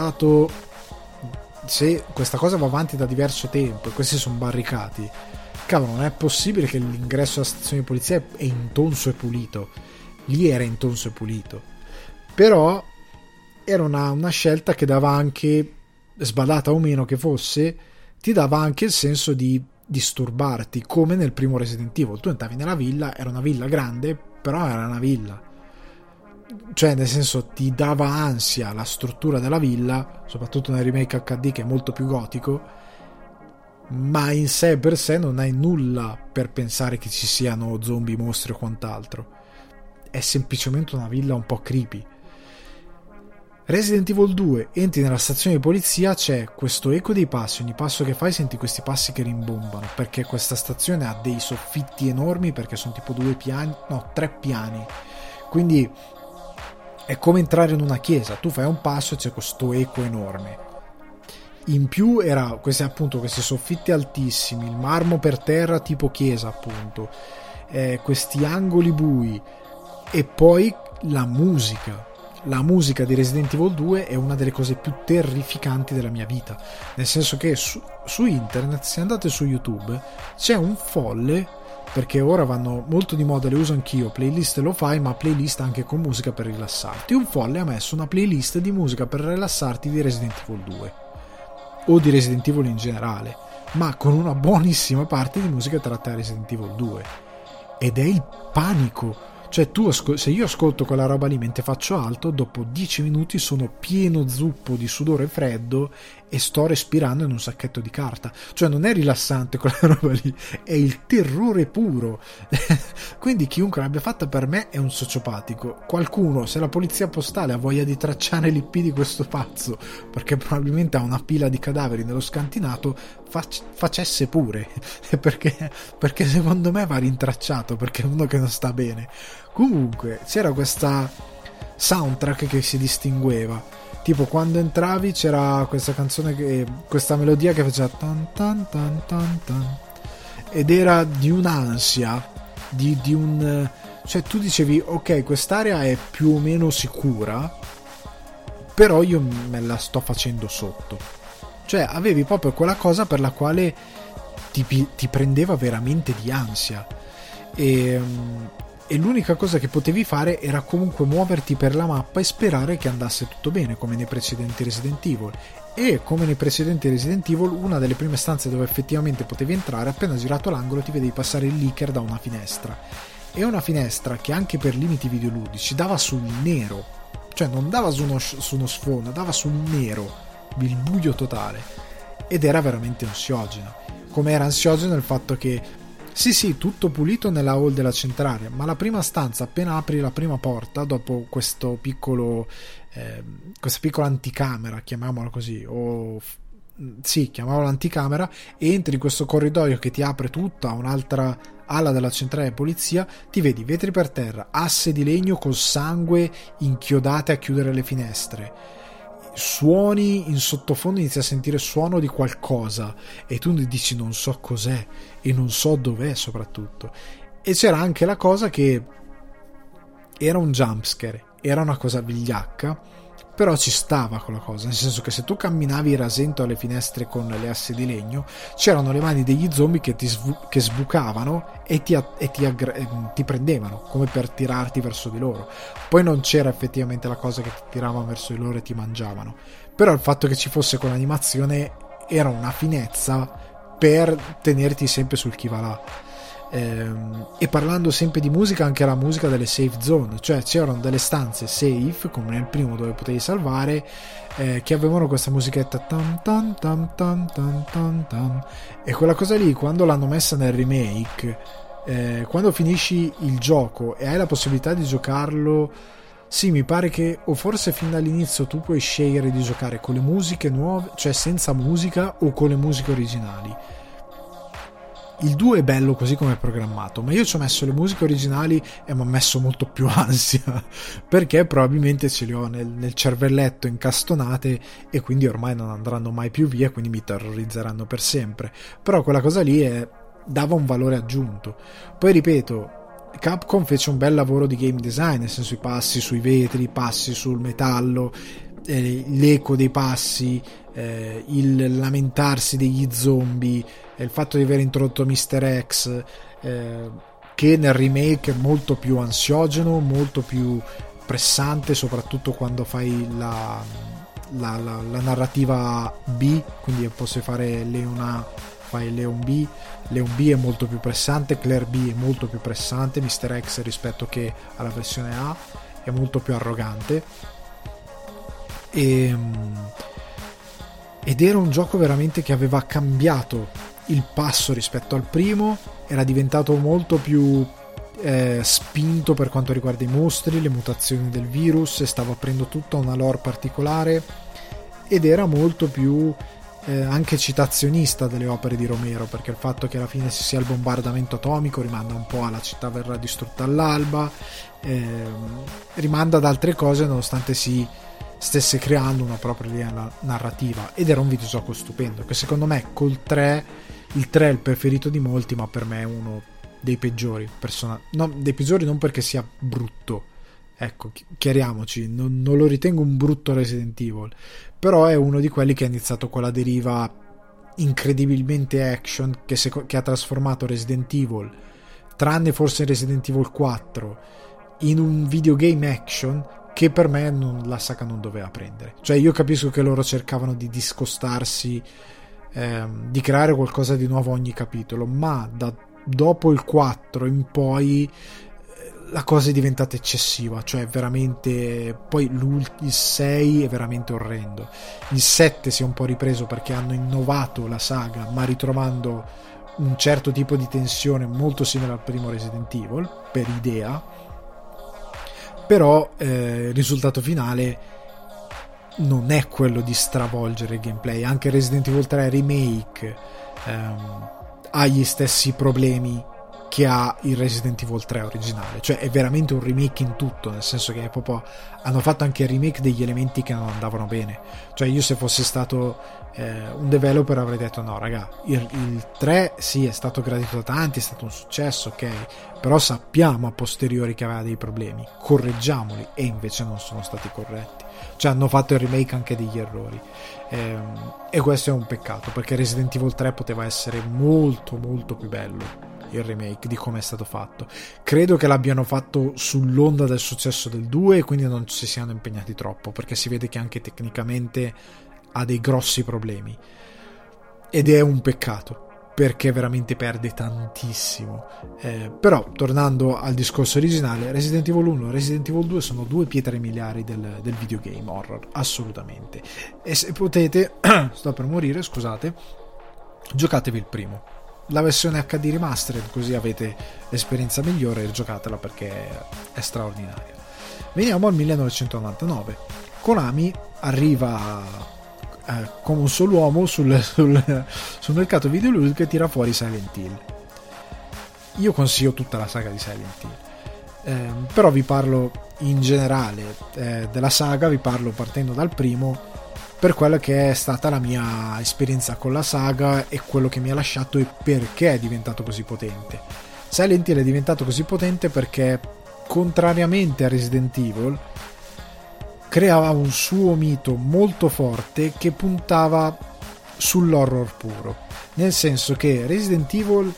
questa cosa va avanti da diverso tempo e questi sono barricati, cavolo, non è possibile che l'ingresso alla stazione di polizia è intonso e pulito. Lì era intonso e pulito, però era una scelta che dava anche, sbadata o meno che fosse, ti dava anche il senso di disturbarti, come nel primo Resident Evil. Tu entravi nella villa, era una villa grande, però era una villa, cioè nel senso ti dava ansia la struttura della villa, soprattutto nel remake HD che è molto più gotico, ma in sé per sé non hai nulla per pensare che ci siano zombie, mostri o quant'altro. È semplicemente una villa un po' creepy. Resident Evil 2, entri nella stazione di polizia, c'è questo eco dei passi, ogni passo che fai senti questi passi che rimbombano, perché questa stazione ha dei soffitti enormi, perché sono tipo 3 piani, quindi è come entrare in una chiesa, tu fai un passo e c'è questo eco enorme. In più era questi soffitti altissimi, il marmo per terra tipo chiesa appunto, questi angoli bui, e poi la musica di Resident Evil 2 è una delle cose più terrificanti della mia vita, nel senso che su internet, se andate su YouTube, c'è un folle, perché ora vanno molto di moda, le uso anch'io, playlist lo fai, ma playlist anche con musica per rilassarti. Un folle ha messo una playlist di musica per rilassarti di Resident Evil 2 o di Resident Evil in generale, ma con una buonissima parte di musica tratta da Resident Evil 2, ed è il panico. Cioè se io ascolto quella roba lì mentre faccio altro, dopo 10 minuti sono pieno zuppo di sudore freddo e sto respirando in un sacchetto di carta. Cioè non è rilassante quella roba lì, è il terrore puro. Quindi chiunque l'abbia fatta per me è un sociopatico. Qualcuno, se la polizia postale ha voglia di tracciare l'IP di questo pazzo, perché probabilmente ha una pila di cadaveri nello scantinato, facesse pure. perché secondo me va rintracciato, perché è uno che non sta bene. Comunque c'era questa soundtrack che si distingueva, tipo quando entravi c'era questa canzone questa melodia che faceva tan tan tan tan tan, ed era di un'ansia di un, cioè tu dicevi ok, quest'area è più o meno sicura, però io me la sto facendo sotto. Cioè avevi proprio quella cosa per la quale ti prendeva veramente di ansia, e l'unica cosa che potevi fare era comunque muoverti per la mappa e sperare che andasse tutto bene, come nei precedenti Resident Evil. E come nei precedenti Resident Evil, una delle prime stanze dove effettivamente potevi entrare, appena girato l'angolo ti vedevi passare il leaker da una finestra, e una finestra che anche per limiti videoludici dava sul nero, cioè non dava su uno sfondo, dava sul nero, il buio totale, ed era veramente ansiogena. Come era ansiogeno il fatto che sì, tutto pulito nella hall della centrale, ma la prima stanza, appena apri la prima porta, dopo questa piccola anticamera, chiamiamola così, chiamiamola anticamera, e entri in questo corridoio che ti apre tutta un'altra ala della centrale di polizia, ti vedi vetri per terra, asse di legno col sangue inchiodate a chiudere le finestre, suoni in sottofondo, inizi a sentire suono di qualcosa e tu dici non so cos'è e non so dov'è soprattutto. E c'era anche la cosa che era un jumpscare, era una cosa vigliacca, però ci stava quella cosa, nel senso che se tu camminavi rasento alle finestre con le asse di legno, c'erano le mani degli zombie che che sbucavano e ti prendevano, come per tirarti verso di loro. Poi non c'era effettivamente la cosa che ti tiravano verso di loro e ti mangiavano, però il fatto che ci fosse quell'animazione era una finezza per tenerti sempre sul chi va là. E parlando sempre di musica, anche la musica delle safe zone, cioè c'erano delle stanze safe come nel primo dove potevi salvare, che avevano questa musichetta tam tam tam tam tam tam tam, e quella cosa lì quando l'hanno messa nel remake, quando finisci il gioco e hai la possibilità di giocarlo, sì, mi pare che, o forse fin dall'inizio tu puoi scegliere di giocare con le musiche nuove, cioè senza musica, o con le musiche originali. Il 2 è bello così come è programmato, ma io ci ho messo le musiche originali e mi ha messo molto più ansia, perché probabilmente ce le ho nel cervelletto incastonate e quindi ormai non andranno mai più via, quindi mi terrorizzeranno per sempre. Però quella cosa lì dava un valore aggiunto. Poi ripeto, Capcom fece un bel lavoro di game design, nel senso i passi sui vetri, i passi sul metallo, l'eco dei passi, il lamentarsi degli zombie, il fatto di aver introdotto Mr. X, che nel remake è molto più ansiogeno, molto più pressante, soprattutto quando fai la narrativa B, quindi posso fare Leon A, fai Leon B. Leon B è molto più pressante, Claire B è molto più pressante, Mr. X rispetto che alla versione A è molto più arrogante, ed era un gioco veramente che aveva cambiato il passo rispetto al primo, era diventato molto più spinto per quanto riguarda i mostri, le mutazioni del virus, stava aprendo tutta una lore particolare ed era molto più anche citazionista delle opere di Romero, perché il fatto che alla fine ci sia il bombardamento atomico rimanda un po' alla città verrà distrutta all'alba, rimanda ad altre cose nonostante si stesse creando una propria linea narrativa, ed era un videogioco stupendo che secondo me il 3 è il preferito di molti, ma per me è uno dei peggiori dei peggiori non perché sia brutto, ecco, chiariamoci, non lo ritengo un brutto Resident Evil, però è uno di quelli che ha iniziato con la deriva incredibilmente action che ha trasformato Resident Evil, tranne forse Resident Evil 4, in un videogame action che per me la saga non doveva prendere. Cioè io capisco che loro cercavano di discostarsi, di creare qualcosa di nuovo ogni capitolo, ma dopo il 4 in poi la cosa è diventata eccessiva, cioè veramente, poi il 6 è veramente orrendo, il 7 si è un po' ripreso perché hanno innovato la saga ma ritrovando un certo tipo di tensione molto simile al primo Resident Evil per idea, però il risultato finale non è quello di stravolgere il gameplay. Anche Resident Evil 3 Remake ha gli stessi problemi che ha il Resident Evil 3 originale, cioè è veramente un remake in tutto, nel senso che proprio hanno fatto anche il remake degli elementi che non andavano bene. Cioè io, se fossi stato un developer, avrei detto no raga, il 3 sì, è stato gradito da tanti, è stato un successo, ok, però sappiamo a posteriori che aveva dei problemi, correggiamoli, e invece non sono stati corretti, cioè hanno fatto il remake anche degli errori, e questo è un peccato, perché Resident Evil 3 poteva essere molto molto più bello, il remake, di come è stato fatto. Credo che l'abbiano fatto sull'onda del successo del 2 e quindi non si siano impegnati troppo, perché si vede che anche tecnicamente ha dei grossi problemi, ed è un peccato perché veramente perde tantissimo. Però tornando al discorso originale, Resident Evil 1 e Resident Evil 2 sono due pietre miliari del videogame horror, assolutamente, e se potete sto per morire, scusate, giocatevi il primo, la versione HD remastered, così avete l'esperienza migliore, e giocatela perché è straordinaria. Veniamo al 1999. Konami arriva come un solo uomo sul mercato videoludico e tira fuori Silent Hill. Io consiglio tutta la saga di Silent Hill, però vi parlo in generale della saga, vi parlo partendo dal primo, per quella che è stata la mia esperienza con la saga e quello che mi ha lasciato e perché è diventato così potente. Silent Hill è diventato così potente perché, contrariamente a Resident Evil, creava un suo mito molto forte che puntava sull'horror puro, nel senso che Resident Evil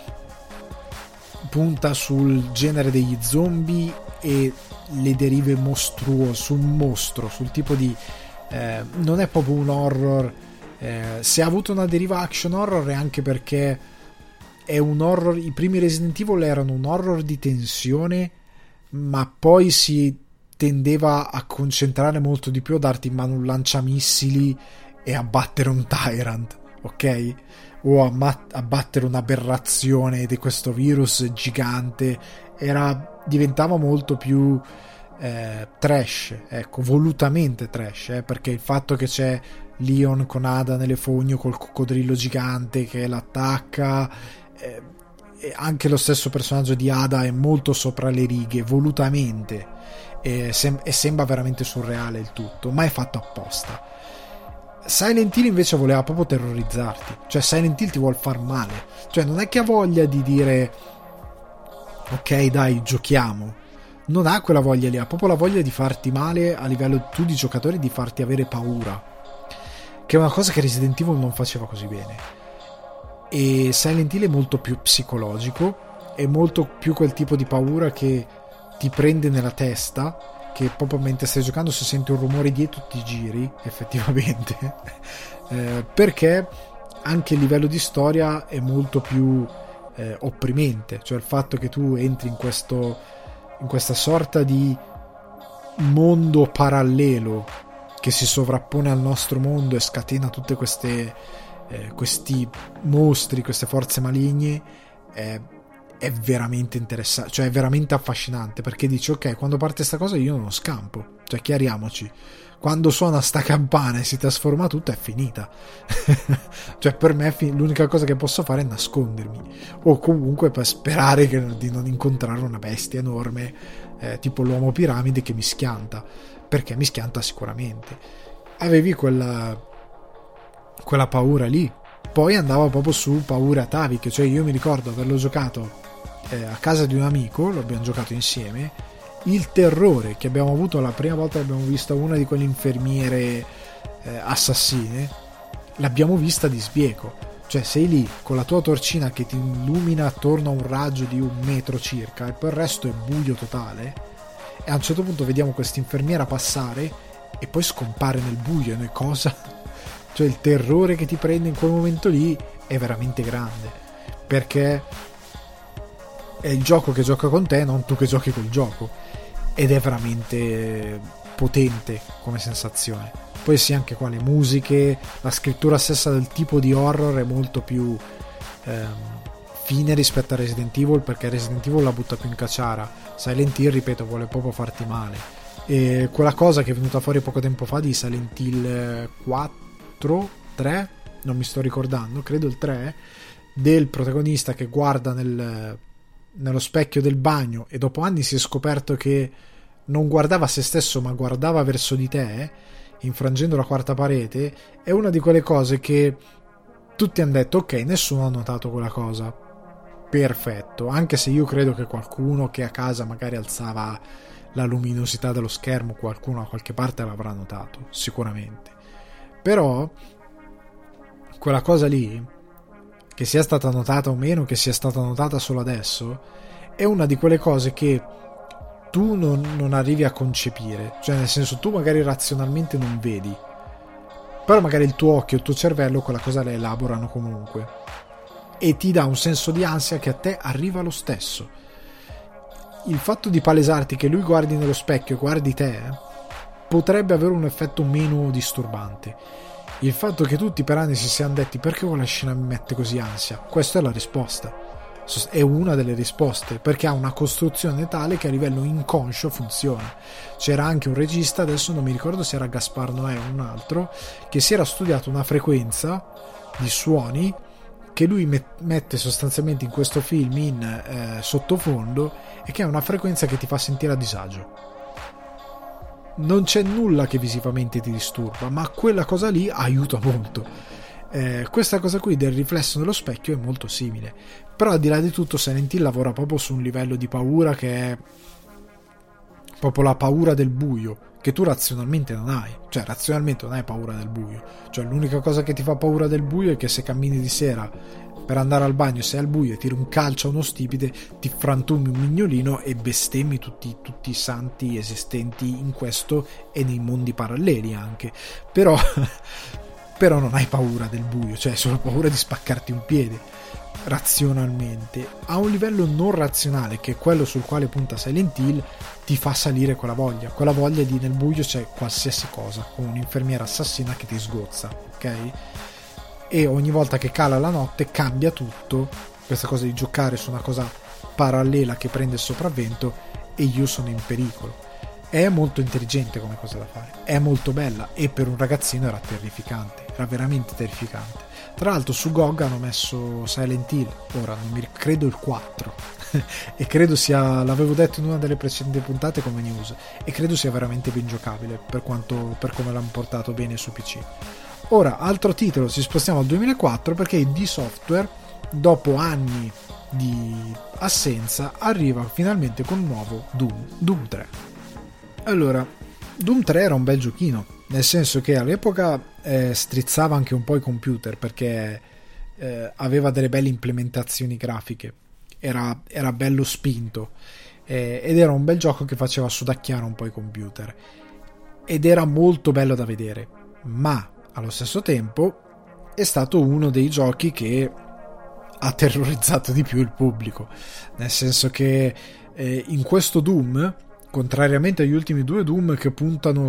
punta sul genere degli zombie e le derive mostruose, sul mostro, sul tipo di non è proprio un horror, se ha avuto una deriva action horror è anche perché è un horror, i primi Resident Evil erano un horror di tensione, ma poi si tendeva a concentrare molto di più, a darti in mano un lanciamissili e a battere un Tyrant, ok? O a battere un'aberrazione di questo virus gigante. Diventava molto più trash, ecco, volutamente trash, perché il fatto che c'è Leon con Ada nelle fogne col coccodrillo gigante che l'attacca, e anche lo stesso personaggio di Ada è molto sopra le righe, volutamente, e sembra veramente surreale il tutto, ma è fatto apposta. Silent Hill invece voleva proprio terrorizzarti, cioè Silent Hill ti vuol far male, cioè non è che ha voglia di dire ok dai giochiamo, non ha quella voglia lì, ha proprio la voglia di farti male a livello tu di giocatore, di farti avere paura, che è una cosa che Resident Evil non faceva così bene. E Silent Hill è molto più psicologico, è molto più quel tipo di paura che ti prende nella testa, che proprio mentre stai giocando, se senti un rumore dietro ti giri effettivamente perché anche il livello di storia è molto più opprimente, cioè il fatto che tu entri in questa sorta di mondo parallelo che si sovrappone al nostro mondo e scatena tutte questi mostri, queste forze maligne, è veramente interessante, cioè è veramente affascinante, perché dici ok, quando parte sta cosa io non scampo, cioè chiariamoci, quando suona sta campana e si trasforma tutto è finita cioè per me l'unica cosa che posso fare è nascondermi, o comunque per sperare di non incontrare una bestia enorme tipo l'uomo piramide che mi schianta, perché mi schianta sicuramente. Avevi quella paura lì, poi andava proprio su paure ataviche, cioè io mi ricordo averlo giocato a casa di un amico, lo abbiamo giocato insieme, il terrore che abbiamo avuto la prima volta che abbiamo visto una di quelle infermiere assassine, l'abbiamo vista di sbieco, cioè sei lì con la tua torcina che ti illumina attorno a un raggio di 1 metro circa e poi il resto è buio totale, e a un certo punto vediamo questa infermiera passare e poi scompare nel buio, e noi cosa? Cioè il terrore che ti prende in quel momento lì è veramente grande, perché è il gioco che gioca con te, non tu che giochi col gioco, ed è veramente potente come sensazione. Poi sì, anche qua le musiche, la scrittura stessa del tipo di horror è molto più fine rispetto a Resident Evil, perché Resident Evil la butta più in caciara. Silent Hill, ripeto, vuole proprio farti male. E quella cosa che è venuta fuori poco tempo fa di Silent Hill 4, 3, non mi sto ricordando, credo il 3, del protagonista che guarda nello specchio del bagno e dopo anni si è scoperto che non guardava se stesso ma guardava verso di te, infrangendo la quarta parete, è una di quelle cose che tutti hanno detto ok, nessuno ha notato quella cosa, perfetto, anche se io credo che qualcuno che a casa magari alzava la luminosità dello schermo, qualcuno a qualche parte l'avrà notato sicuramente, però quella cosa lì, che sia stata notata o meno, che sia stata notata solo adesso, è una di quelle cose che tu non arrivi a concepire, cioè nel senso, tu magari razionalmente non vedi, però magari il tuo occhio e il tuo cervello quella cosa la elaborano comunque e ti dà un senso di ansia che a te arriva lo stesso. Il fatto di palesarti che lui guardi nello specchio e guardi te potrebbe avere un effetto meno disturbante. Il fatto che tutti per anni si siano detti perché quella scena mi mette così ansia, questa è la risposta, è una delle risposte, perché ha una costruzione tale che a livello inconscio funziona. C'era anche un regista, adesso non mi ricordo se era Gaspar Noè o un altro, che si era studiato una frequenza di suoni che lui mette sostanzialmente in questo film in sottofondo, e che è una frequenza che ti fa sentire a disagio. Non c'è nulla che visivamente ti disturba, ma quella cosa lì aiuta molto. Questa cosa qui del riflesso nello specchio è molto simile, però al di là di tutto Silent Hill lavora proprio su un livello di paura che è proprio la paura del buio, che tu razionalmente non hai, cioè razionalmente non hai paura del buio, cioè l'unica cosa che ti fa paura del buio è che se cammini di sera per andare al bagno, sei al buio e tiri un calcio a uno stipite, ti frantumi un mignolino e bestemmi tutti i santi esistenti in questo e nei mondi paralleli anche, però non hai paura del buio, cioè hai solo paura di spaccarti un piede razionalmente. A un livello non razionale, che è quello sul quale punta Silent Hill, ti fa salire quella voglia di nel buio c'è qualsiasi cosa, come un'infermiera assassina che ti sgozza, ok? E ogni volta che cala la notte cambia tutto, questa cosa di giocare su una cosa parallela che prende il sopravvento e io sono in pericolo. È molto intelligente come cosa da fare, è molto bella, e per un ragazzino era terrificante, era veramente terrificante. Tra l'altro su GOG hanno messo Silent Hill, ora non mi credo il 4 e credo sia, l'avevo detto in una delle precedenti puntate come news, e credo sia veramente ben giocabile per come l'hanno portato bene su PC. Ora, altro titolo, ci spostiamo al 2004 perché ID Software, dopo anni di assenza, arriva finalmente con un nuovo Doom 3. Allora, Doom 3 era un bel giochino, nel senso che all'epoca strizzava anche un po' i computer, perché aveva delle belle implementazioni grafiche, era bello spinto, ed era un bel gioco che faceva sudacchiare un po' i computer, ed era molto bello da vedere, ma allo stesso tempo è stato uno dei giochi che ha terrorizzato di più il pubblico, nel senso che in questo Doom, contrariamente agli ultimi due Doom che puntano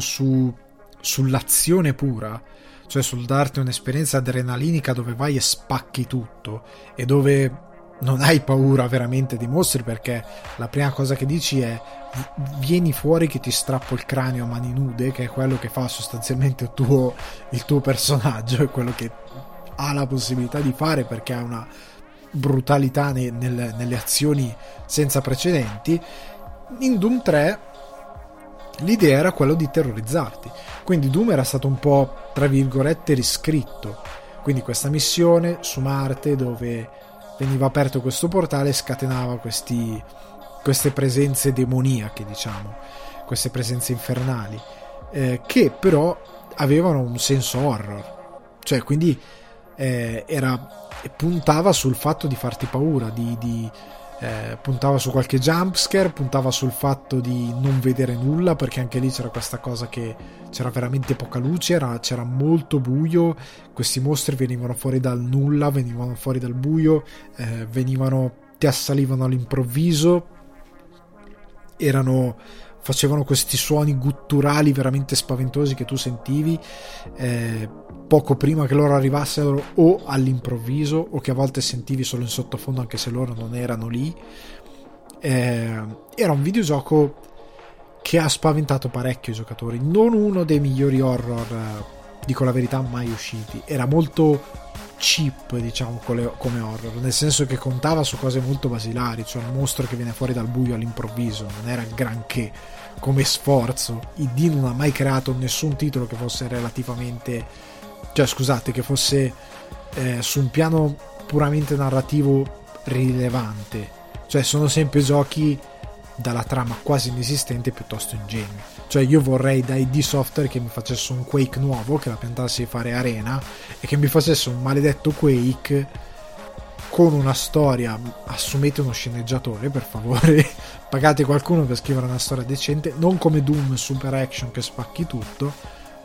sull'azione pura, cioè sul darti un'esperienza adrenalinica dove vai e spacchi tutto e dove non hai paura veramente di mostri, perché la prima cosa che dici è vieni fuori che ti strappo il cranio a mani nude, che è quello che fa sostanzialmente il tuo personaggio, è quello che ha la possibilità di fare, perché ha una brutalità nelle azioni senza precedenti. In Doom 3 l'idea era quella di terrorizzarti, quindi Doom era stato un po' tra virgolette riscritto, quindi questa missione su Marte dove veniva aperto questo portale scatenava queste presenze demoniache, diciamo, queste presenze infernali, che però avevano un senso horror, cioè quindi puntava sul fatto di farti paura, puntava su qualche jumpscare, puntava sul fatto di non vedere nulla, perché anche lì c'era questa cosa che c'era veramente poca luce, c'era molto buio, questi mostri venivano fuori dal nulla, venivano fuori dal buio, venivano ti assalivano all'improvviso, facevano questi suoni gutturali veramente spaventosi che tu sentivi poco prima che loro arrivassero, o all'improvviso, o che a volte sentivi solo in sottofondo anche se loro non erano lì. Era un videogioco che ha spaventato parecchio i giocatori, non uno dei migliori horror, dico la verità, mai usciti. Era molto cheap, diciamo, come horror, nel senso che contava su cose molto basilari, cioè un mostro che viene fuori dal buio all'improvviso, non era granché come sforzo. ID non ha mai creato nessun titolo che fosse relativamente, cioè scusate, che fosse su un piano puramente narrativo rilevante. Cioè sono sempre giochi dalla trama quasi inesistente piuttosto ingenui. Cioè io vorrei da ID Software che mi facesse un Quake nuovo, che la piantassi di fare Arena, e che mi facesse un maledetto Quake con una storia. Assumete uno sceneggiatore, per favore, pagate qualcuno per scrivere una storia decente, non come Doom super action che spacchi tutto,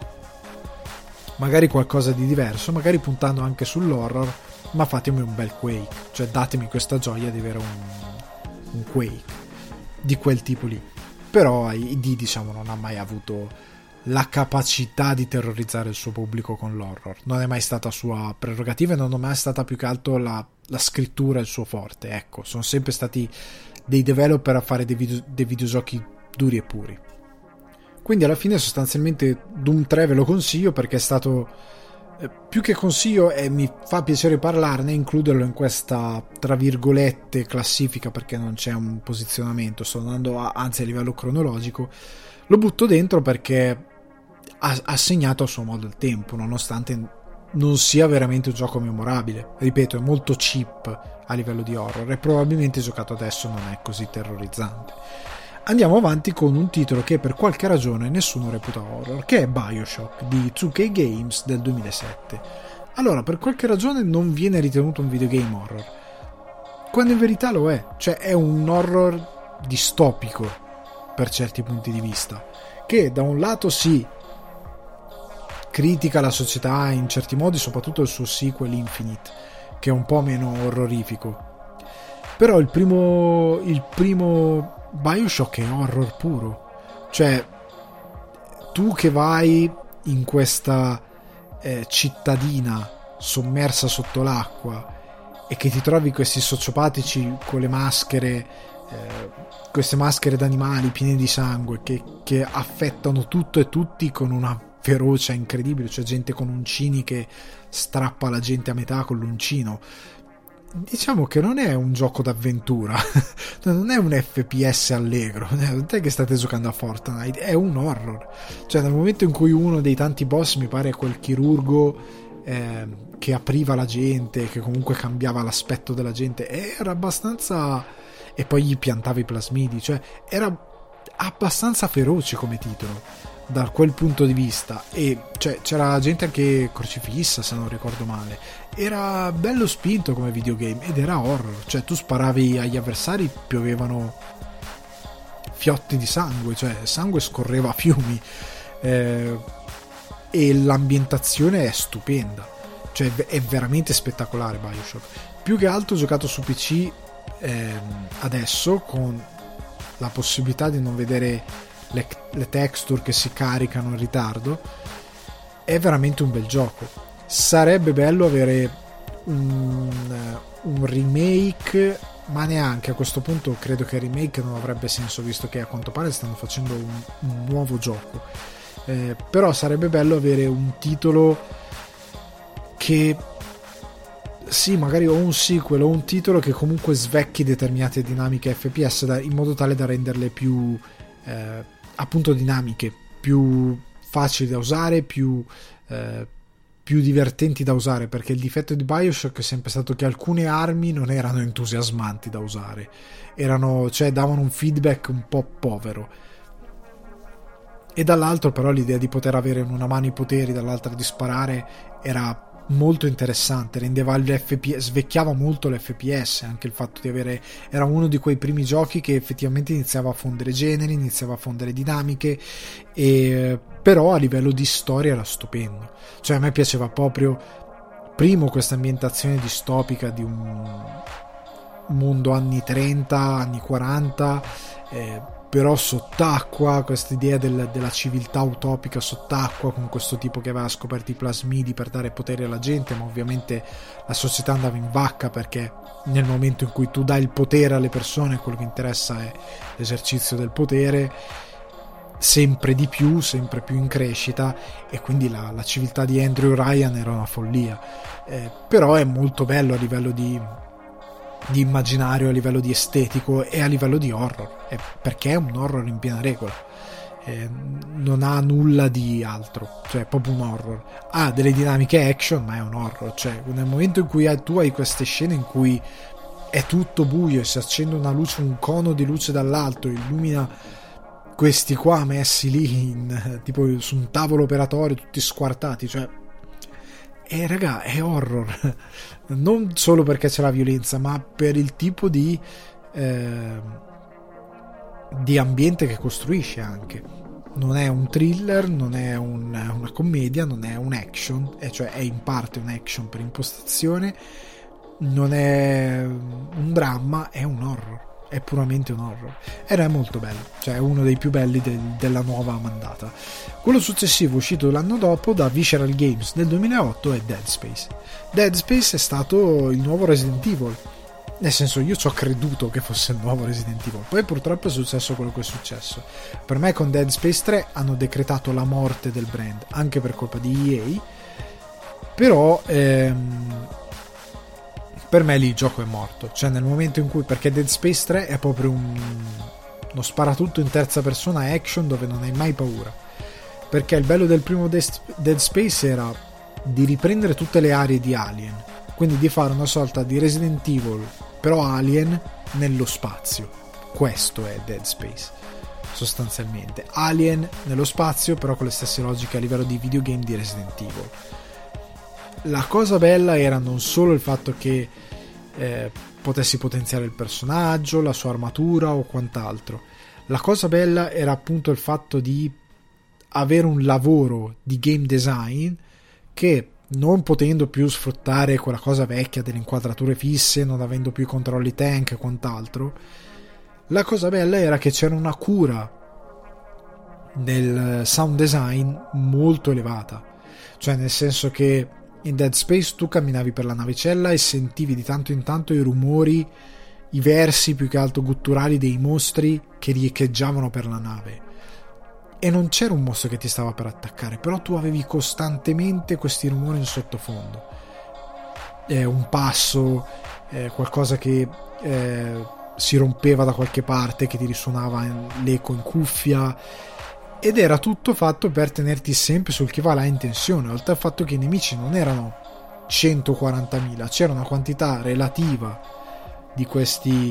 magari qualcosa di diverso, magari puntando anche sull'horror, ma fatemi un bel Quake, cioè datemi questa gioia di avere un Quake di quel tipo lì. Però ID, diciamo, non ha mai avuto la capacità di terrorizzare il suo pubblico con l'horror, non è mai stata sua prerogativa, e non è mai stata più che altro la scrittura il suo forte. Ecco, sono sempre stati dei developer a fare dei videogiochi duri e puri. Quindi alla fine sostanzialmente Doom 3 ve lo consiglio, perché è stato, più che consiglio, e mi fa piacere parlarne, includerlo in questa tra virgolette classifica, perché non c'è un posizionamento, sto andando anzi a livello cronologico, lo butto dentro perché ha segnato a suo modo il tempo, nonostante non sia veramente un gioco memorabile. Ripeto, è molto cheap a livello di horror e probabilmente giocato adesso non è così terrorizzante. Andiamo avanti con un titolo che per qualche ragione nessuno reputa horror, che è BioShock di 2K Games del 2007. Allora, per qualche ragione non viene ritenuto un videogame horror, quando in verità lo è. Cioè è un horror distopico per certi punti di vista, che da un lato si critica la società in certi modi, soprattutto il suo sequel Infinite, che è un po' meno orrorifico, però il primo BioShock è horror puro. Cioè tu che vai in questa cittadina sommersa sotto l'acqua e che ti trovi questi sociopatici con le maschere, queste maschere d'animali piene di sangue che affettano tutto e tutti con una ferocia incredibile, cioè gente con uncini che strappa la gente a metà con l'uncino. Diciamo che non è un gioco d'avventura, non è un FPS allegro, non è che state giocando a Fortnite, è un horror. Cioè nel momento in cui uno dei tanti boss, mi pare quel chirurgo che apriva la gente, che comunque cambiava l'aspetto della gente, era abbastanza, e poi gli piantava i plasmidi, cioè era abbastanza feroce come titolo da quel punto di vista. E cioè c'era gente anche crocifissa, se non ricordo male. Era bello spinto come videogame ed era horror, cioè tu sparavi agli avversari, piovevano fiotti di sangue, cioè sangue scorreva a fiumi, e l'ambientazione è stupenda, cioè è veramente spettacolare BioShock. Più che altro ho giocato su PC adesso, con la possibilità di non vedere le texture che si caricano in ritardo. È veramente un bel gioco. Sarebbe bello avere un remake, ma neanche a questo punto credo che il remake non avrebbe senso, visto che a quanto pare stanno facendo un nuovo gioco. Però sarebbe bello avere un titolo che sì, magari o un sequel o un titolo che comunque svecchi determinate dinamiche FPS in modo tale da renderle più appunto dinamiche, più facili da usare, più divertenti da usare, perché il difetto di BioShock è sempre stato che alcune armi non erano entusiasmanti da usare, cioè davano un feedback un po' povero, e dall'altro però l'idea di poter avere in una mano i poteri, dall'altra di sparare, era molto interessante, rendeva l'FPS, svecchiava molto l'FPS, anche il fatto di avere, era uno di quei primi giochi che effettivamente iniziava a fondere generi, iniziava a fondere dinamiche, e però a livello di storia era stupendo. Cioè a me piaceva proprio primo questa ambientazione distopica di mondo anni 30, anni 40, però sott'acqua, questa idea della civiltà utopica sott'acqua, con questo tipo che aveva scoperto i plasmidi per dare potere alla gente, ma ovviamente la società andava in vacca, perché nel momento in cui tu dai il potere alle persone, quello che interessa è l'esercizio del potere, sempre di più, sempre più in crescita, e quindi la civiltà di Andrew Ryan era una follia. Però è molto bello a livello di immaginario, a livello di estetico e a livello di horror, perché è un horror in piena regola, non ha nulla di altro, cioè è proprio un horror. Ha delle dinamiche action, ma è un horror, cioè nel momento in cui tu hai queste scene in cui è tutto buio e si accende una luce, un cono di luce dall'alto illumina questi qua messi lì tipo su un tavolo operatorio, tutti squartati, cioè raga, è horror. Non solo perché c'è la violenza, ma per il tipo di ambiente che costruisce anche. Non è un thriller, non è una commedia, non è un action, cioè è in parte un action per impostazione, non è un dramma, è un horror, è puramente un horror, ed è molto bello, cioè è uno dei più belli della nuova mandata. Quello successivo, uscito l'anno dopo da Visceral Games nel 2008, è Dead Space. Dead Space è stato il nuovo Resident Evil, nel senso, io ci ho creduto che fosse il nuovo Resident Evil, poi purtroppo è successo quello che è successo. Per me con Dead Space 3 hanno decretato la morte del brand, anche per colpa di EA, però per me lì il gioco è morto, cioè nel momento in cui, perché Dead Space 3 è proprio uno sparatutto in terza persona action dove non hai mai paura, perché il bello del primo Dead Space era di riprendere tutte le aree di Alien, quindi di fare una sorta di Resident Evil però Alien nello spazio. Questo è Dead Space, sostanzialmente Alien nello spazio, però con le stesse logiche a livello di videogame di Resident Evil. La cosa bella era non solo il fatto che potessi potenziare il personaggio, la sua armatura o quant'altro. La cosa bella era appunto il fatto di avere un lavoro di game design che, non potendo più sfruttare quella cosa vecchia delle inquadrature fisse, non avendo più i controlli tank e quant'altro, la cosa bella era che c'era una cura nel sound design molto elevata, cioè nel senso che in Dead Space tu camminavi per la navicella e sentivi di tanto in tanto i rumori, i versi più che altro gutturali dei mostri che riecheggiavano per la nave, e non c'era un mostro che ti stava per attaccare, però tu avevi costantemente questi rumori in sottofondo, un passo, qualcosa che si rompeva da qualche parte, che ti risuonava l'eco in cuffia, ed era tutto fatto per tenerti sempre sul chi va là in tensione, oltre al fatto che i nemici non erano 140.000, c'era una quantità relativa di questi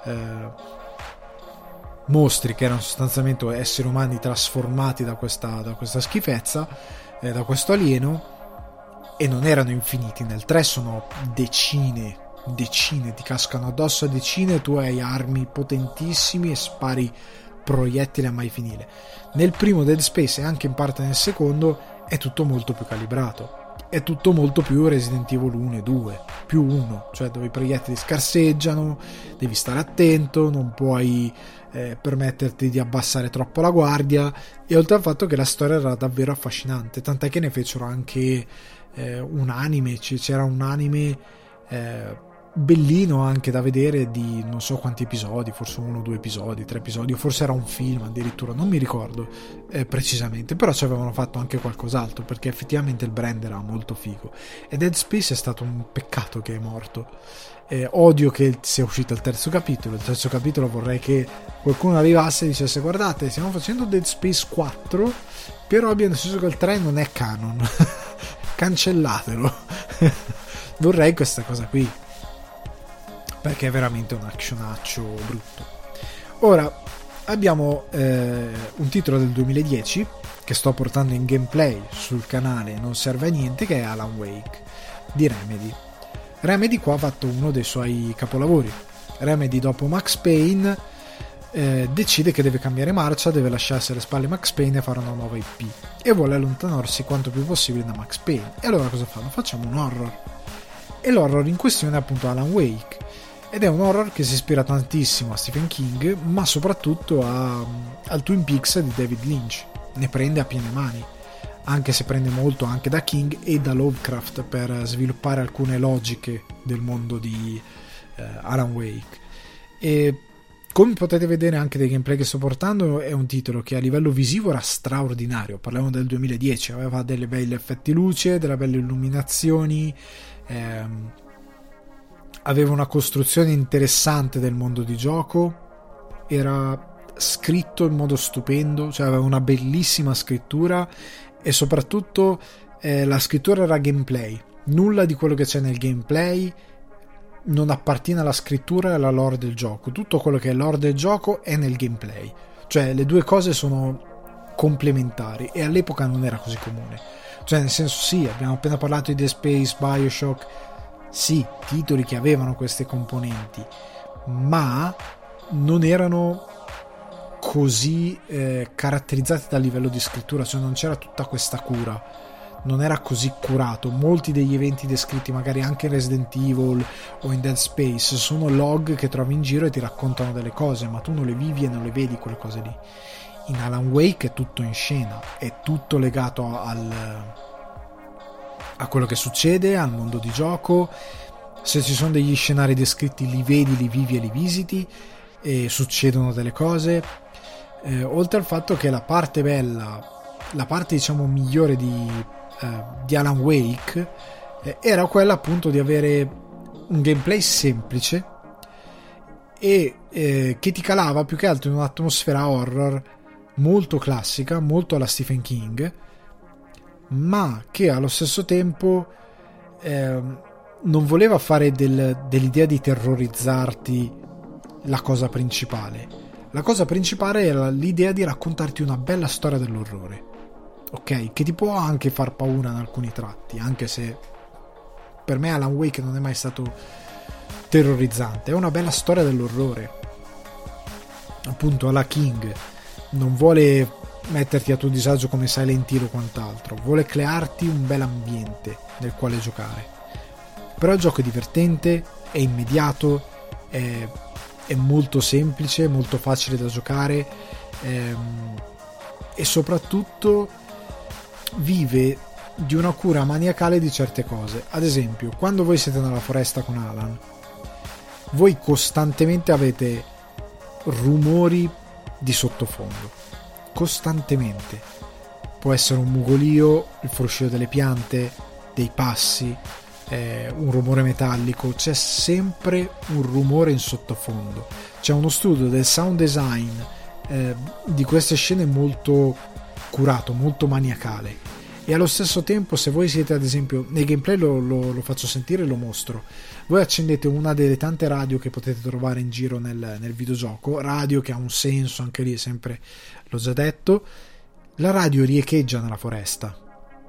mostri che erano sostanzialmente esseri umani trasformati da questa schifezza, da questo alieno, e non erano infiniti. Nel 3 sono decine, ti cascano addosso a decine, e tu hai armi potentissimi e spari proiettili a mai finire. Nel primo Dead Space e anche in parte nel secondo è tutto molto più calibrato, è tutto molto più Resident Evil 1 e 2 più 1, cioè dove i proiettili scarseggiano, devi stare attento, non puoi permetterti di abbassare troppo la guardia, e oltre al fatto che la storia era davvero affascinante, tant'è che ne fecero anche un anime, c'era un anime bellino anche da vedere, di non so quanti episodi, forse 1, 2 episodi, 3 episodi, o forse era un film addirittura, non mi ricordo precisamente, però ci avevano fatto anche qualcos'altro, perché effettivamente il brand era molto figo. E Dead Space è stato un peccato che è morto. Odio che sia uscito il terzo capitolo vorrei che qualcuno arrivasse e dicesse: guardate, stiamo facendo Dead Space 4, però abbiamo deciso che il 3 non è canon cancellatelo. Vorrei questa cosa qui, perché è veramente un actionaccio brutto. Ora abbiamo un titolo del 2010 che sto portando in gameplay sul canale Non Serve a Niente, che è Alan Wake di Remedy. Remedy qua ha fatto uno dei suoi capolavori. Remedy, dopo Max Payne, decide che deve cambiare marcia, deve lasciarsi alle spalle Max Payne e fare una nuova IP, e vuole allontanarsi quanto più possibile da Max Payne. E allora cosa fanno? Facciamo un horror, e l'horror in questione è appunto Alan Wake. ed è un horror che si ispira tantissimo a Stephen King, ma soprattutto al Twin Peaks di David Lynch. Ne prende a piene mani, anche se prende molto anche da King e da Lovecraft per sviluppare alcune logiche del mondo di Alan Wake. E come potete vedere anche dai gameplay che sto portando, è un titolo che a livello visivo era straordinario. Parliamo del 2010, aveva delle belle effetti luce, delle belle illuminazioni, aveva una costruzione interessante del mondo di gioco, era scritto in modo stupendo, cioè aveva una bellissima scrittura, e soprattutto la scrittura era gameplay. Nulla di quello che c'è nel gameplay non appartiene alla scrittura e alla lore del gioco. Tutto quello che è lore del gioco è nel gameplay, cioè le due cose sono complementari, e all'epoca non era così comune. Cioè, nel senso, sì, abbiamo appena parlato di Dead Space, Bioshock, sì, titoli che avevano queste componenti, ma non erano così caratterizzati dal livello di scrittura, cioè non c'era tutta questa cura, non era così curato. Molti degli eventi descritti magari anche in Resident Evil o in Dead Space sono log che trovi in giro e ti raccontano delle cose, ma tu non le vivi e non le vedi quelle cose lì. In Alan Wake è tutto in scena, è tutto legato a quello che succede, al mondo di gioco. Se ci sono degli scenari descritti li vedi, li vivi e li visiti, e succedono delle cose. Oltre al fatto che la parte bella, la parte diciamo migliore di Alan Wake era quella appunto di avere un gameplay semplice e che ti calava più che altro in un'atmosfera horror molto classica, molto alla Stephen King, ma che allo stesso tempo non voleva fare dell'idea di terrorizzarti la cosa principale. La cosa principale era l'idea di raccontarti una bella storia dell'orrore, ok? Che ti può anche far paura in alcuni tratti, anche se per me Alan Wake non è mai stato terrorizzante. È una bella storia dell'orrore, appunto alla King. Non vuole metterti a tuo disagio come Silent Hill o quant'altro, vuole crearti un bel ambiente nel quale giocare. Però il gioco è divertente, è immediato, è molto semplice, molto facile da giocare, e soprattutto vive di una cura maniacale di certe cose. Ad esempio, quando voi siete nella foresta con Alan, voi costantemente avete rumori di sottofondo, costantemente. Può essere un mugolio, il fruscio delle piante, dei passi, un rumore metallico, c'è sempre un rumore in sottofondo. C'è uno studio del sound design di queste scene molto curato, molto maniacale, e allo stesso tempo, se voi siete ad esempio nei gameplay, lo faccio sentire e lo mostro, voi accendete una delle tante radio che potete trovare in giro nel videogioco, radio che ha un senso anche lì, sempre l'ho già detto, la radio riecheggia nella foresta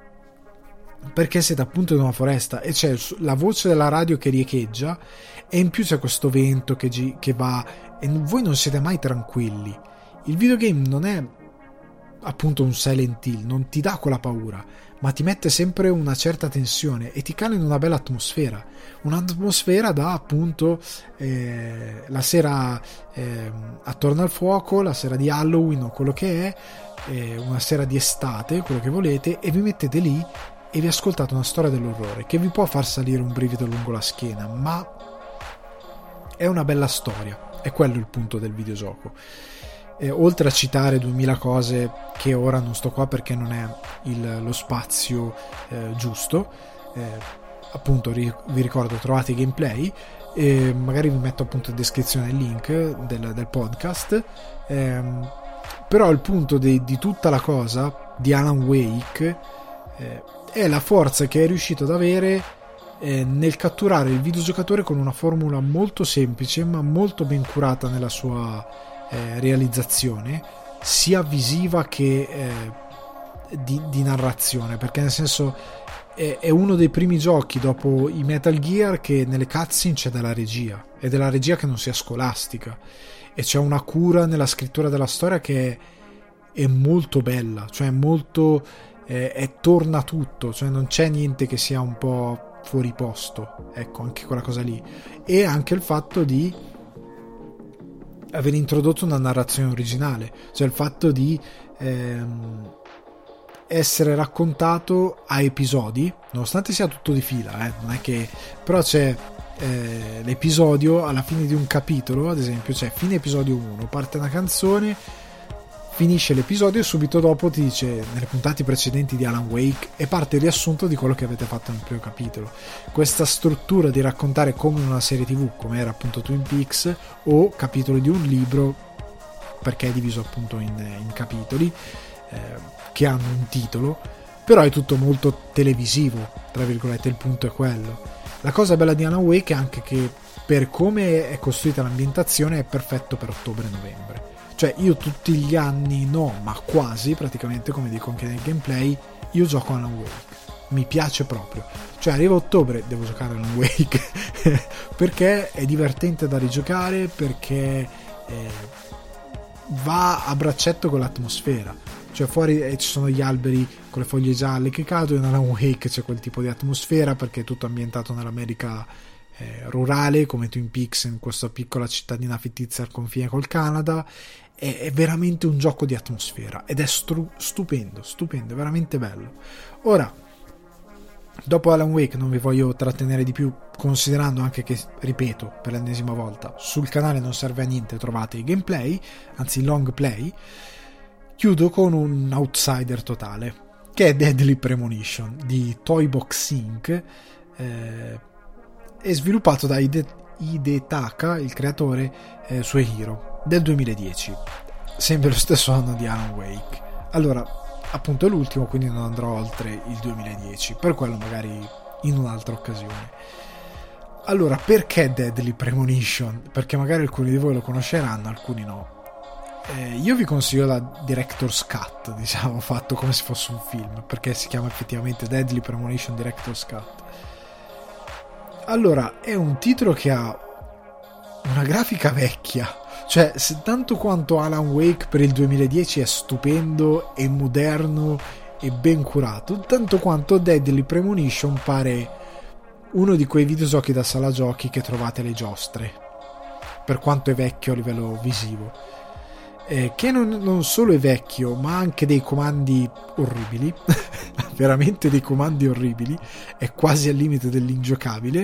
perché siete appunto in una foresta e c'è la voce della radio che riecheggia, e in più c'è questo vento che va, e voi non siete mai tranquilli. Il videogame non è appunto un Silent Hill, non ti dà quella paura, ma ti mette sempre una certa tensione e ti cala in una bella atmosfera, un'atmosfera da appunto la sera attorno al fuoco, la sera di Halloween o quello che è, una sera di estate, quello che volete, e vi mettete lì e vi ascoltate una storia dell'orrore che vi può far salire un brivido lungo la schiena, ma è una bella storia. È quello il punto del videogioco. Oltre a citare 2000 cose che ora non sto qua perché non è lo spazio giusto, appunto vi ricordo, trovate i gameplay e magari vi metto appunto in descrizione il link del podcast, però il punto di tutta la cosa di Alan Wake è la forza che è riuscito ad avere nel catturare il videogiocatore con una formula molto semplice ma molto ben curata nella sua realizzazione, sia visiva che di narrazione, perché nel senso è uno dei primi giochi dopo i Metal Gear che nelle cutscene c'è della regia, e della regia che non sia scolastica, e c'è una cura nella scrittura della storia che è molto bella, cioè molto torna tutto, cioè non c'è niente che sia un po' fuori posto, ecco, anche quella cosa lì, e anche il fatto di aver introdotto una narrazione originale, cioè il fatto di essere raccontato a episodi, nonostante sia tutto di fila, non è che, però c'è l'episodio alla fine di un capitolo, ad esempio, cioè fine episodio 1 parte una canzone, finisce l'episodio e subito dopo ti dice nelle puntate precedenti di Alan Wake e parte il riassunto di quello che avete fatto nel primo capitolo. Questa struttura di raccontare come in una serie TV, come era appunto Twin Peaks, o capitoli di un libro, perché è diviso appunto in capitoli che hanno un titolo, però è tutto molto televisivo, tra virgolette, il punto è quello. La cosa bella di Alan Wake è anche che per come è costruita l'ambientazione è perfetto per ottobre-novembre. Cioè io tutti gli anni, no, ma quasi, praticamente, come dico anche nel gameplay, io gioco Alan Wake. Mi piace proprio. Cioè arriva ottobre, devo giocare Alan Wake, perché è divertente da rigiocare, perché va a braccetto con l'atmosfera. Cioè fuori ci sono gli alberi con le foglie gialle che cadono, in Alan Wake c'è quel tipo di atmosfera, perché è tutto ambientato nell'America rurale, come Twin Peaks, in questa piccola cittadina fittizia al confine col Canada. È veramente un gioco di atmosfera ed è stupendo, è veramente bello. Ora, dopo Alan Wake non vi voglio trattenere di più, considerando anche che, ripeto per l'ennesima volta, sul canale non serve a niente, trovate i gameplay, anzi long play. Chiudo con un outsider totale, che è Deadly Premonition di Toybox Inc., è sviluppato da Hidetaka, il creatore, su Hero, del 2010, sempre lo stesso anno di Alan Wake. Allora, appunto è l'ultimo, quindi non andrò oltre il 2010, per quello magari in un'altra occasione. Allora, perché Deadly Premonition? Perché magari alcuni di voi lo conosceranno, alcuni no. Io vi consiglio la Director's Cut, diciamo, fatto come se fosse un film, perché si chiama effettivamente Deadly Premonition Director's Cut. Allora, è un titolo che ha una grafica vecchia, cioè se tanto quanto Alan Wake per il 2010 è stupendo e moderno e ben curato, tanto quanto Deadly Premonition pare uno di quei videogiochi da sala giochi che trovate alle giostre, per quanto è vecchio a livello visivo. Che non solo è vecchio, ma anche dei comandi orribili, veramente dei comandi orribili, è quasi al limite dell'ingiocabile,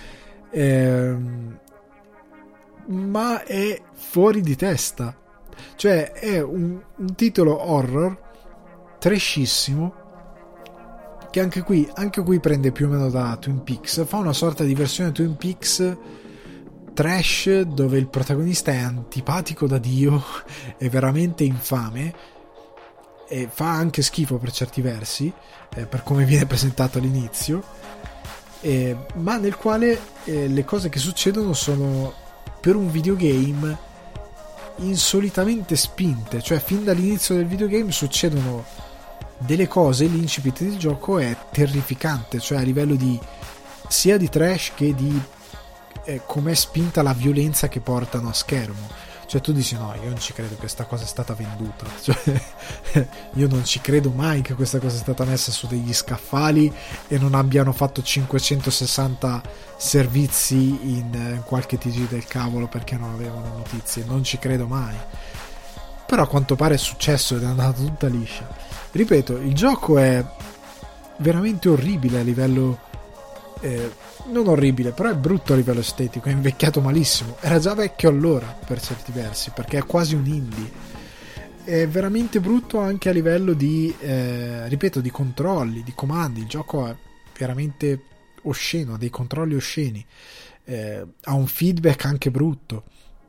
ma è fuori di testa. Cioè è un titolo horror trashissimo, che anche qui prende più o meno da Twin Peaks, fa una sorta di versione Twin Peaks trash, dove il protagonista è antipatico da Dio, è veramente infame e fa anche schifo per certi versi, per come viene presentato all'inizio, ma nel quale le cose che succedono sono, per un videogame, insolitamente spinte. Cioè fin dall'inizio del videogame succedono delle cose, l'incipit del gioco è terrificante, cioè a livello di sia di trash che di com'è spinta la violenza che portano a schermo. Cioè tu dici no, io non ci credo che questa cosa è stata venduta, cioè, io non ci credo mai che questa cosa è stata messa su degli scaffali e non abbiano fatto 560 servizi in qualche TG del cavolo perché non avevano notizie, non ci credo mai. Però a quanto pare è successo ed è andata tutta liscia. Ripeto, il gioco è veramente orribile a livello non orribile, però è brutto a livello estetico, è invecchiato malissimo, era già vecchio allora per certi versi, perché è quasi un indie, è veramente brutto anche a livello di ripeto, di controlli, di comandi. Il gioco è veramente osceno, ha dei controlli osceni, ha un feedback anche brutto,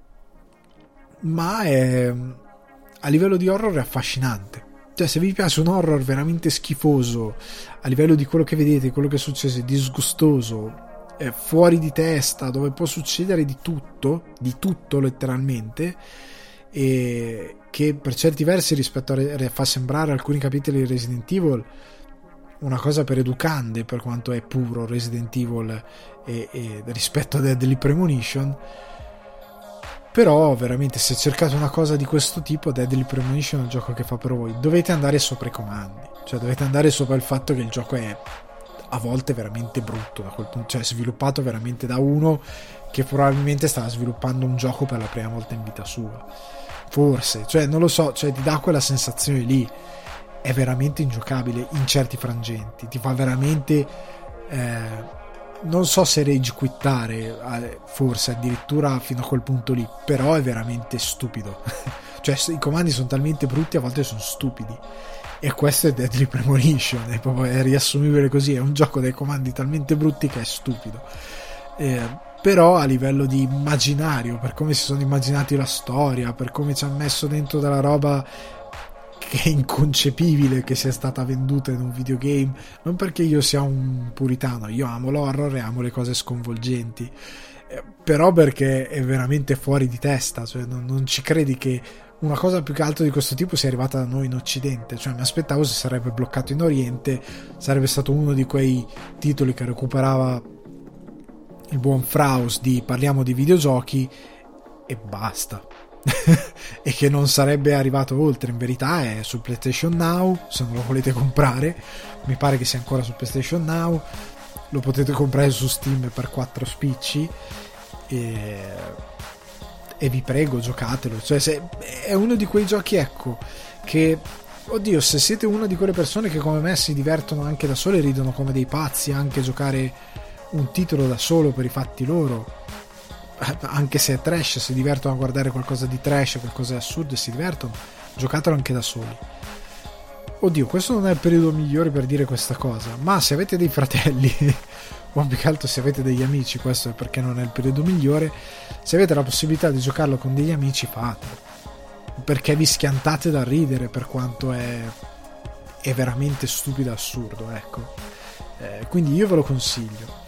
ma a livello di horror è affascinante. Cioè se vi piace un horror veramente schifoso a livello di quello che vedete, quello che succede, disgustoso, fuori di testa, dove può succedere di tutto letteralmente, e che per certi versi rispetto fa sembrare alcuni capitoli di Resident Evil una cosa per educande, per quanto è puro Resident Evil e rispetto a Deadly Premonition. Però veramente, se cercate una cosa di questo tipo, Deadly Premonition è un gioco che fa per voi. Dovete andare sopra i comandi, cioè dovete andare sopra il fatto che il gioco è a volte veramente brutto da quel punto, cioè sviluppato veramente da uno che probabilmente stava sviluppando un gioco per la prima volta in vita sua, forse, cioè non lo so, cioè ti dà quella sensazione lì. È veramente ingiocabile in certi frangenti, ti fa veramente non so se rage quittare, forse addirittura fino a quel punto lì, però è veramente stupido. Cioè i comandi sono talmente brutti, a volte sono stupidi, e questo è Deadly Premonition, è riassumibile così, è un gioco dai comandi talmente brutti che è stupido, però a livello di immaginario, per come si sono immaginati la storia, per come ci hanno messo dentro della roba che è inconcepibile che sia stata venduta in un videogame, non perché io sia un puritano, io amo l'horror e amo le cose sconvolgenti, però perché è veramente fuori di testa, cioè non ci credi che una cosa più che altro di questo tipo sia arrivata da noi in Occidente, cioè mi aspettavo si sarebbe bloccato in Oriente, sarebbe stato uno di quei titoli che recuperava il buon Fraus di parliamo di videogiochi e basta. E che non sarebbe arrivato oltre. In verità è su PlayStation Now, se non lo volete comprare, mi pare che sia ancora su PlayStation Now, lo potete comprare su Steam per 4 spicci e vi prego giocatelo, cioè è uno di quei giochi, ecco, che oddio, se siete una di quelle persone che come me si divertono anche da sole e ridono come dei pazzi anche giocare un titolo da solo per i fatti loro, anche se è trash, si divertono a guardare qualcosa di trash, qualcosa di assurdo e si divertono, giocatelo anche da soli. Oddio, questo non è il periodo migliore per dire questa cosa, ma se avete dei fratelli o più che altro se avete degli amici, questo è perché non è il periodo migliore, se avete la possibilità di giocarlo con degli amici fatelo, perché vi schiantate da ridere per quanto è veramente stupido e assurdo, ecco. Quindi io ve lo consiglio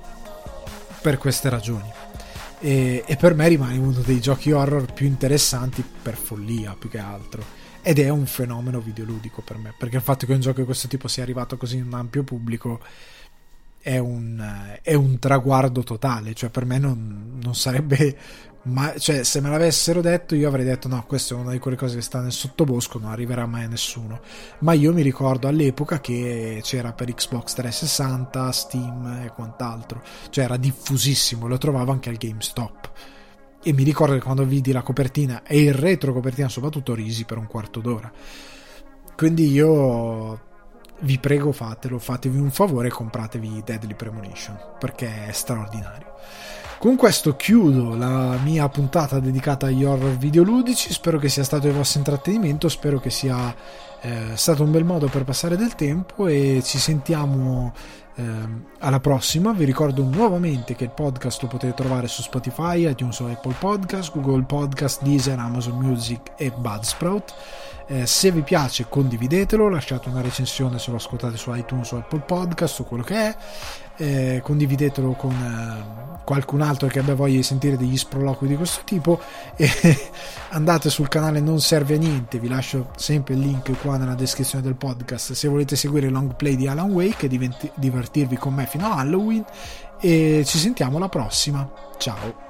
per queste ragioni. E per me rimane uno dei giochi horror più interessanti per follia più che altro, ed è un fenomeno videoludico per me, perché il fatto che un gioco di questo tipo sia arrivato così in un ampio pubblico è un traguardo totale, cioè per me non sarebbe mai, cioè se me l'avessero detto io avrei detto no, questa è una di quelle cose che sta nel sottobosco, non arriverà mai a nessuno, ma io mi ricordo all'epoca che c'era per Xbox 360, Steam e quant'altro, cioè era diffusissimo, lo trovavo anche al GameStop, e mi ricordo che quando vidi la copertina e il retro copertina soprattutto risi per un quarto d'ora. Quindi io vi prego, fatevi un favore e compratevi Deadly Premonition, perché è straordinario. Con questo chiudo la mia puntata dedicata agli horror videoludici, spero che sia stato di vostro intrattenimento, spero che sia stato un bel modo per passare del tempo, e ci sentiamo alla prossima. Vi ricordo nuovamente che il podcast lo potete trovare su Spotify, iTunes o Apple Podcast, Google Podcast, Deezer, Amazon Music e Buzzsprout. Se vi piace condividetelo, lasciate una recensione se lo ascoltate su iTunes o Apple Podcast o quello che è, condividetelo con qualcun altro che abbia voglia di sentire degli sproloqui di questo tipo, e andate sul canale Non Serve a Niente, vi lascio sempre il link qua nella descrizione del podcast se volete seguire il long play di Alan Wake e divertirvi con me fino a Halloween, e ci sentiamo alla prossima, ciao.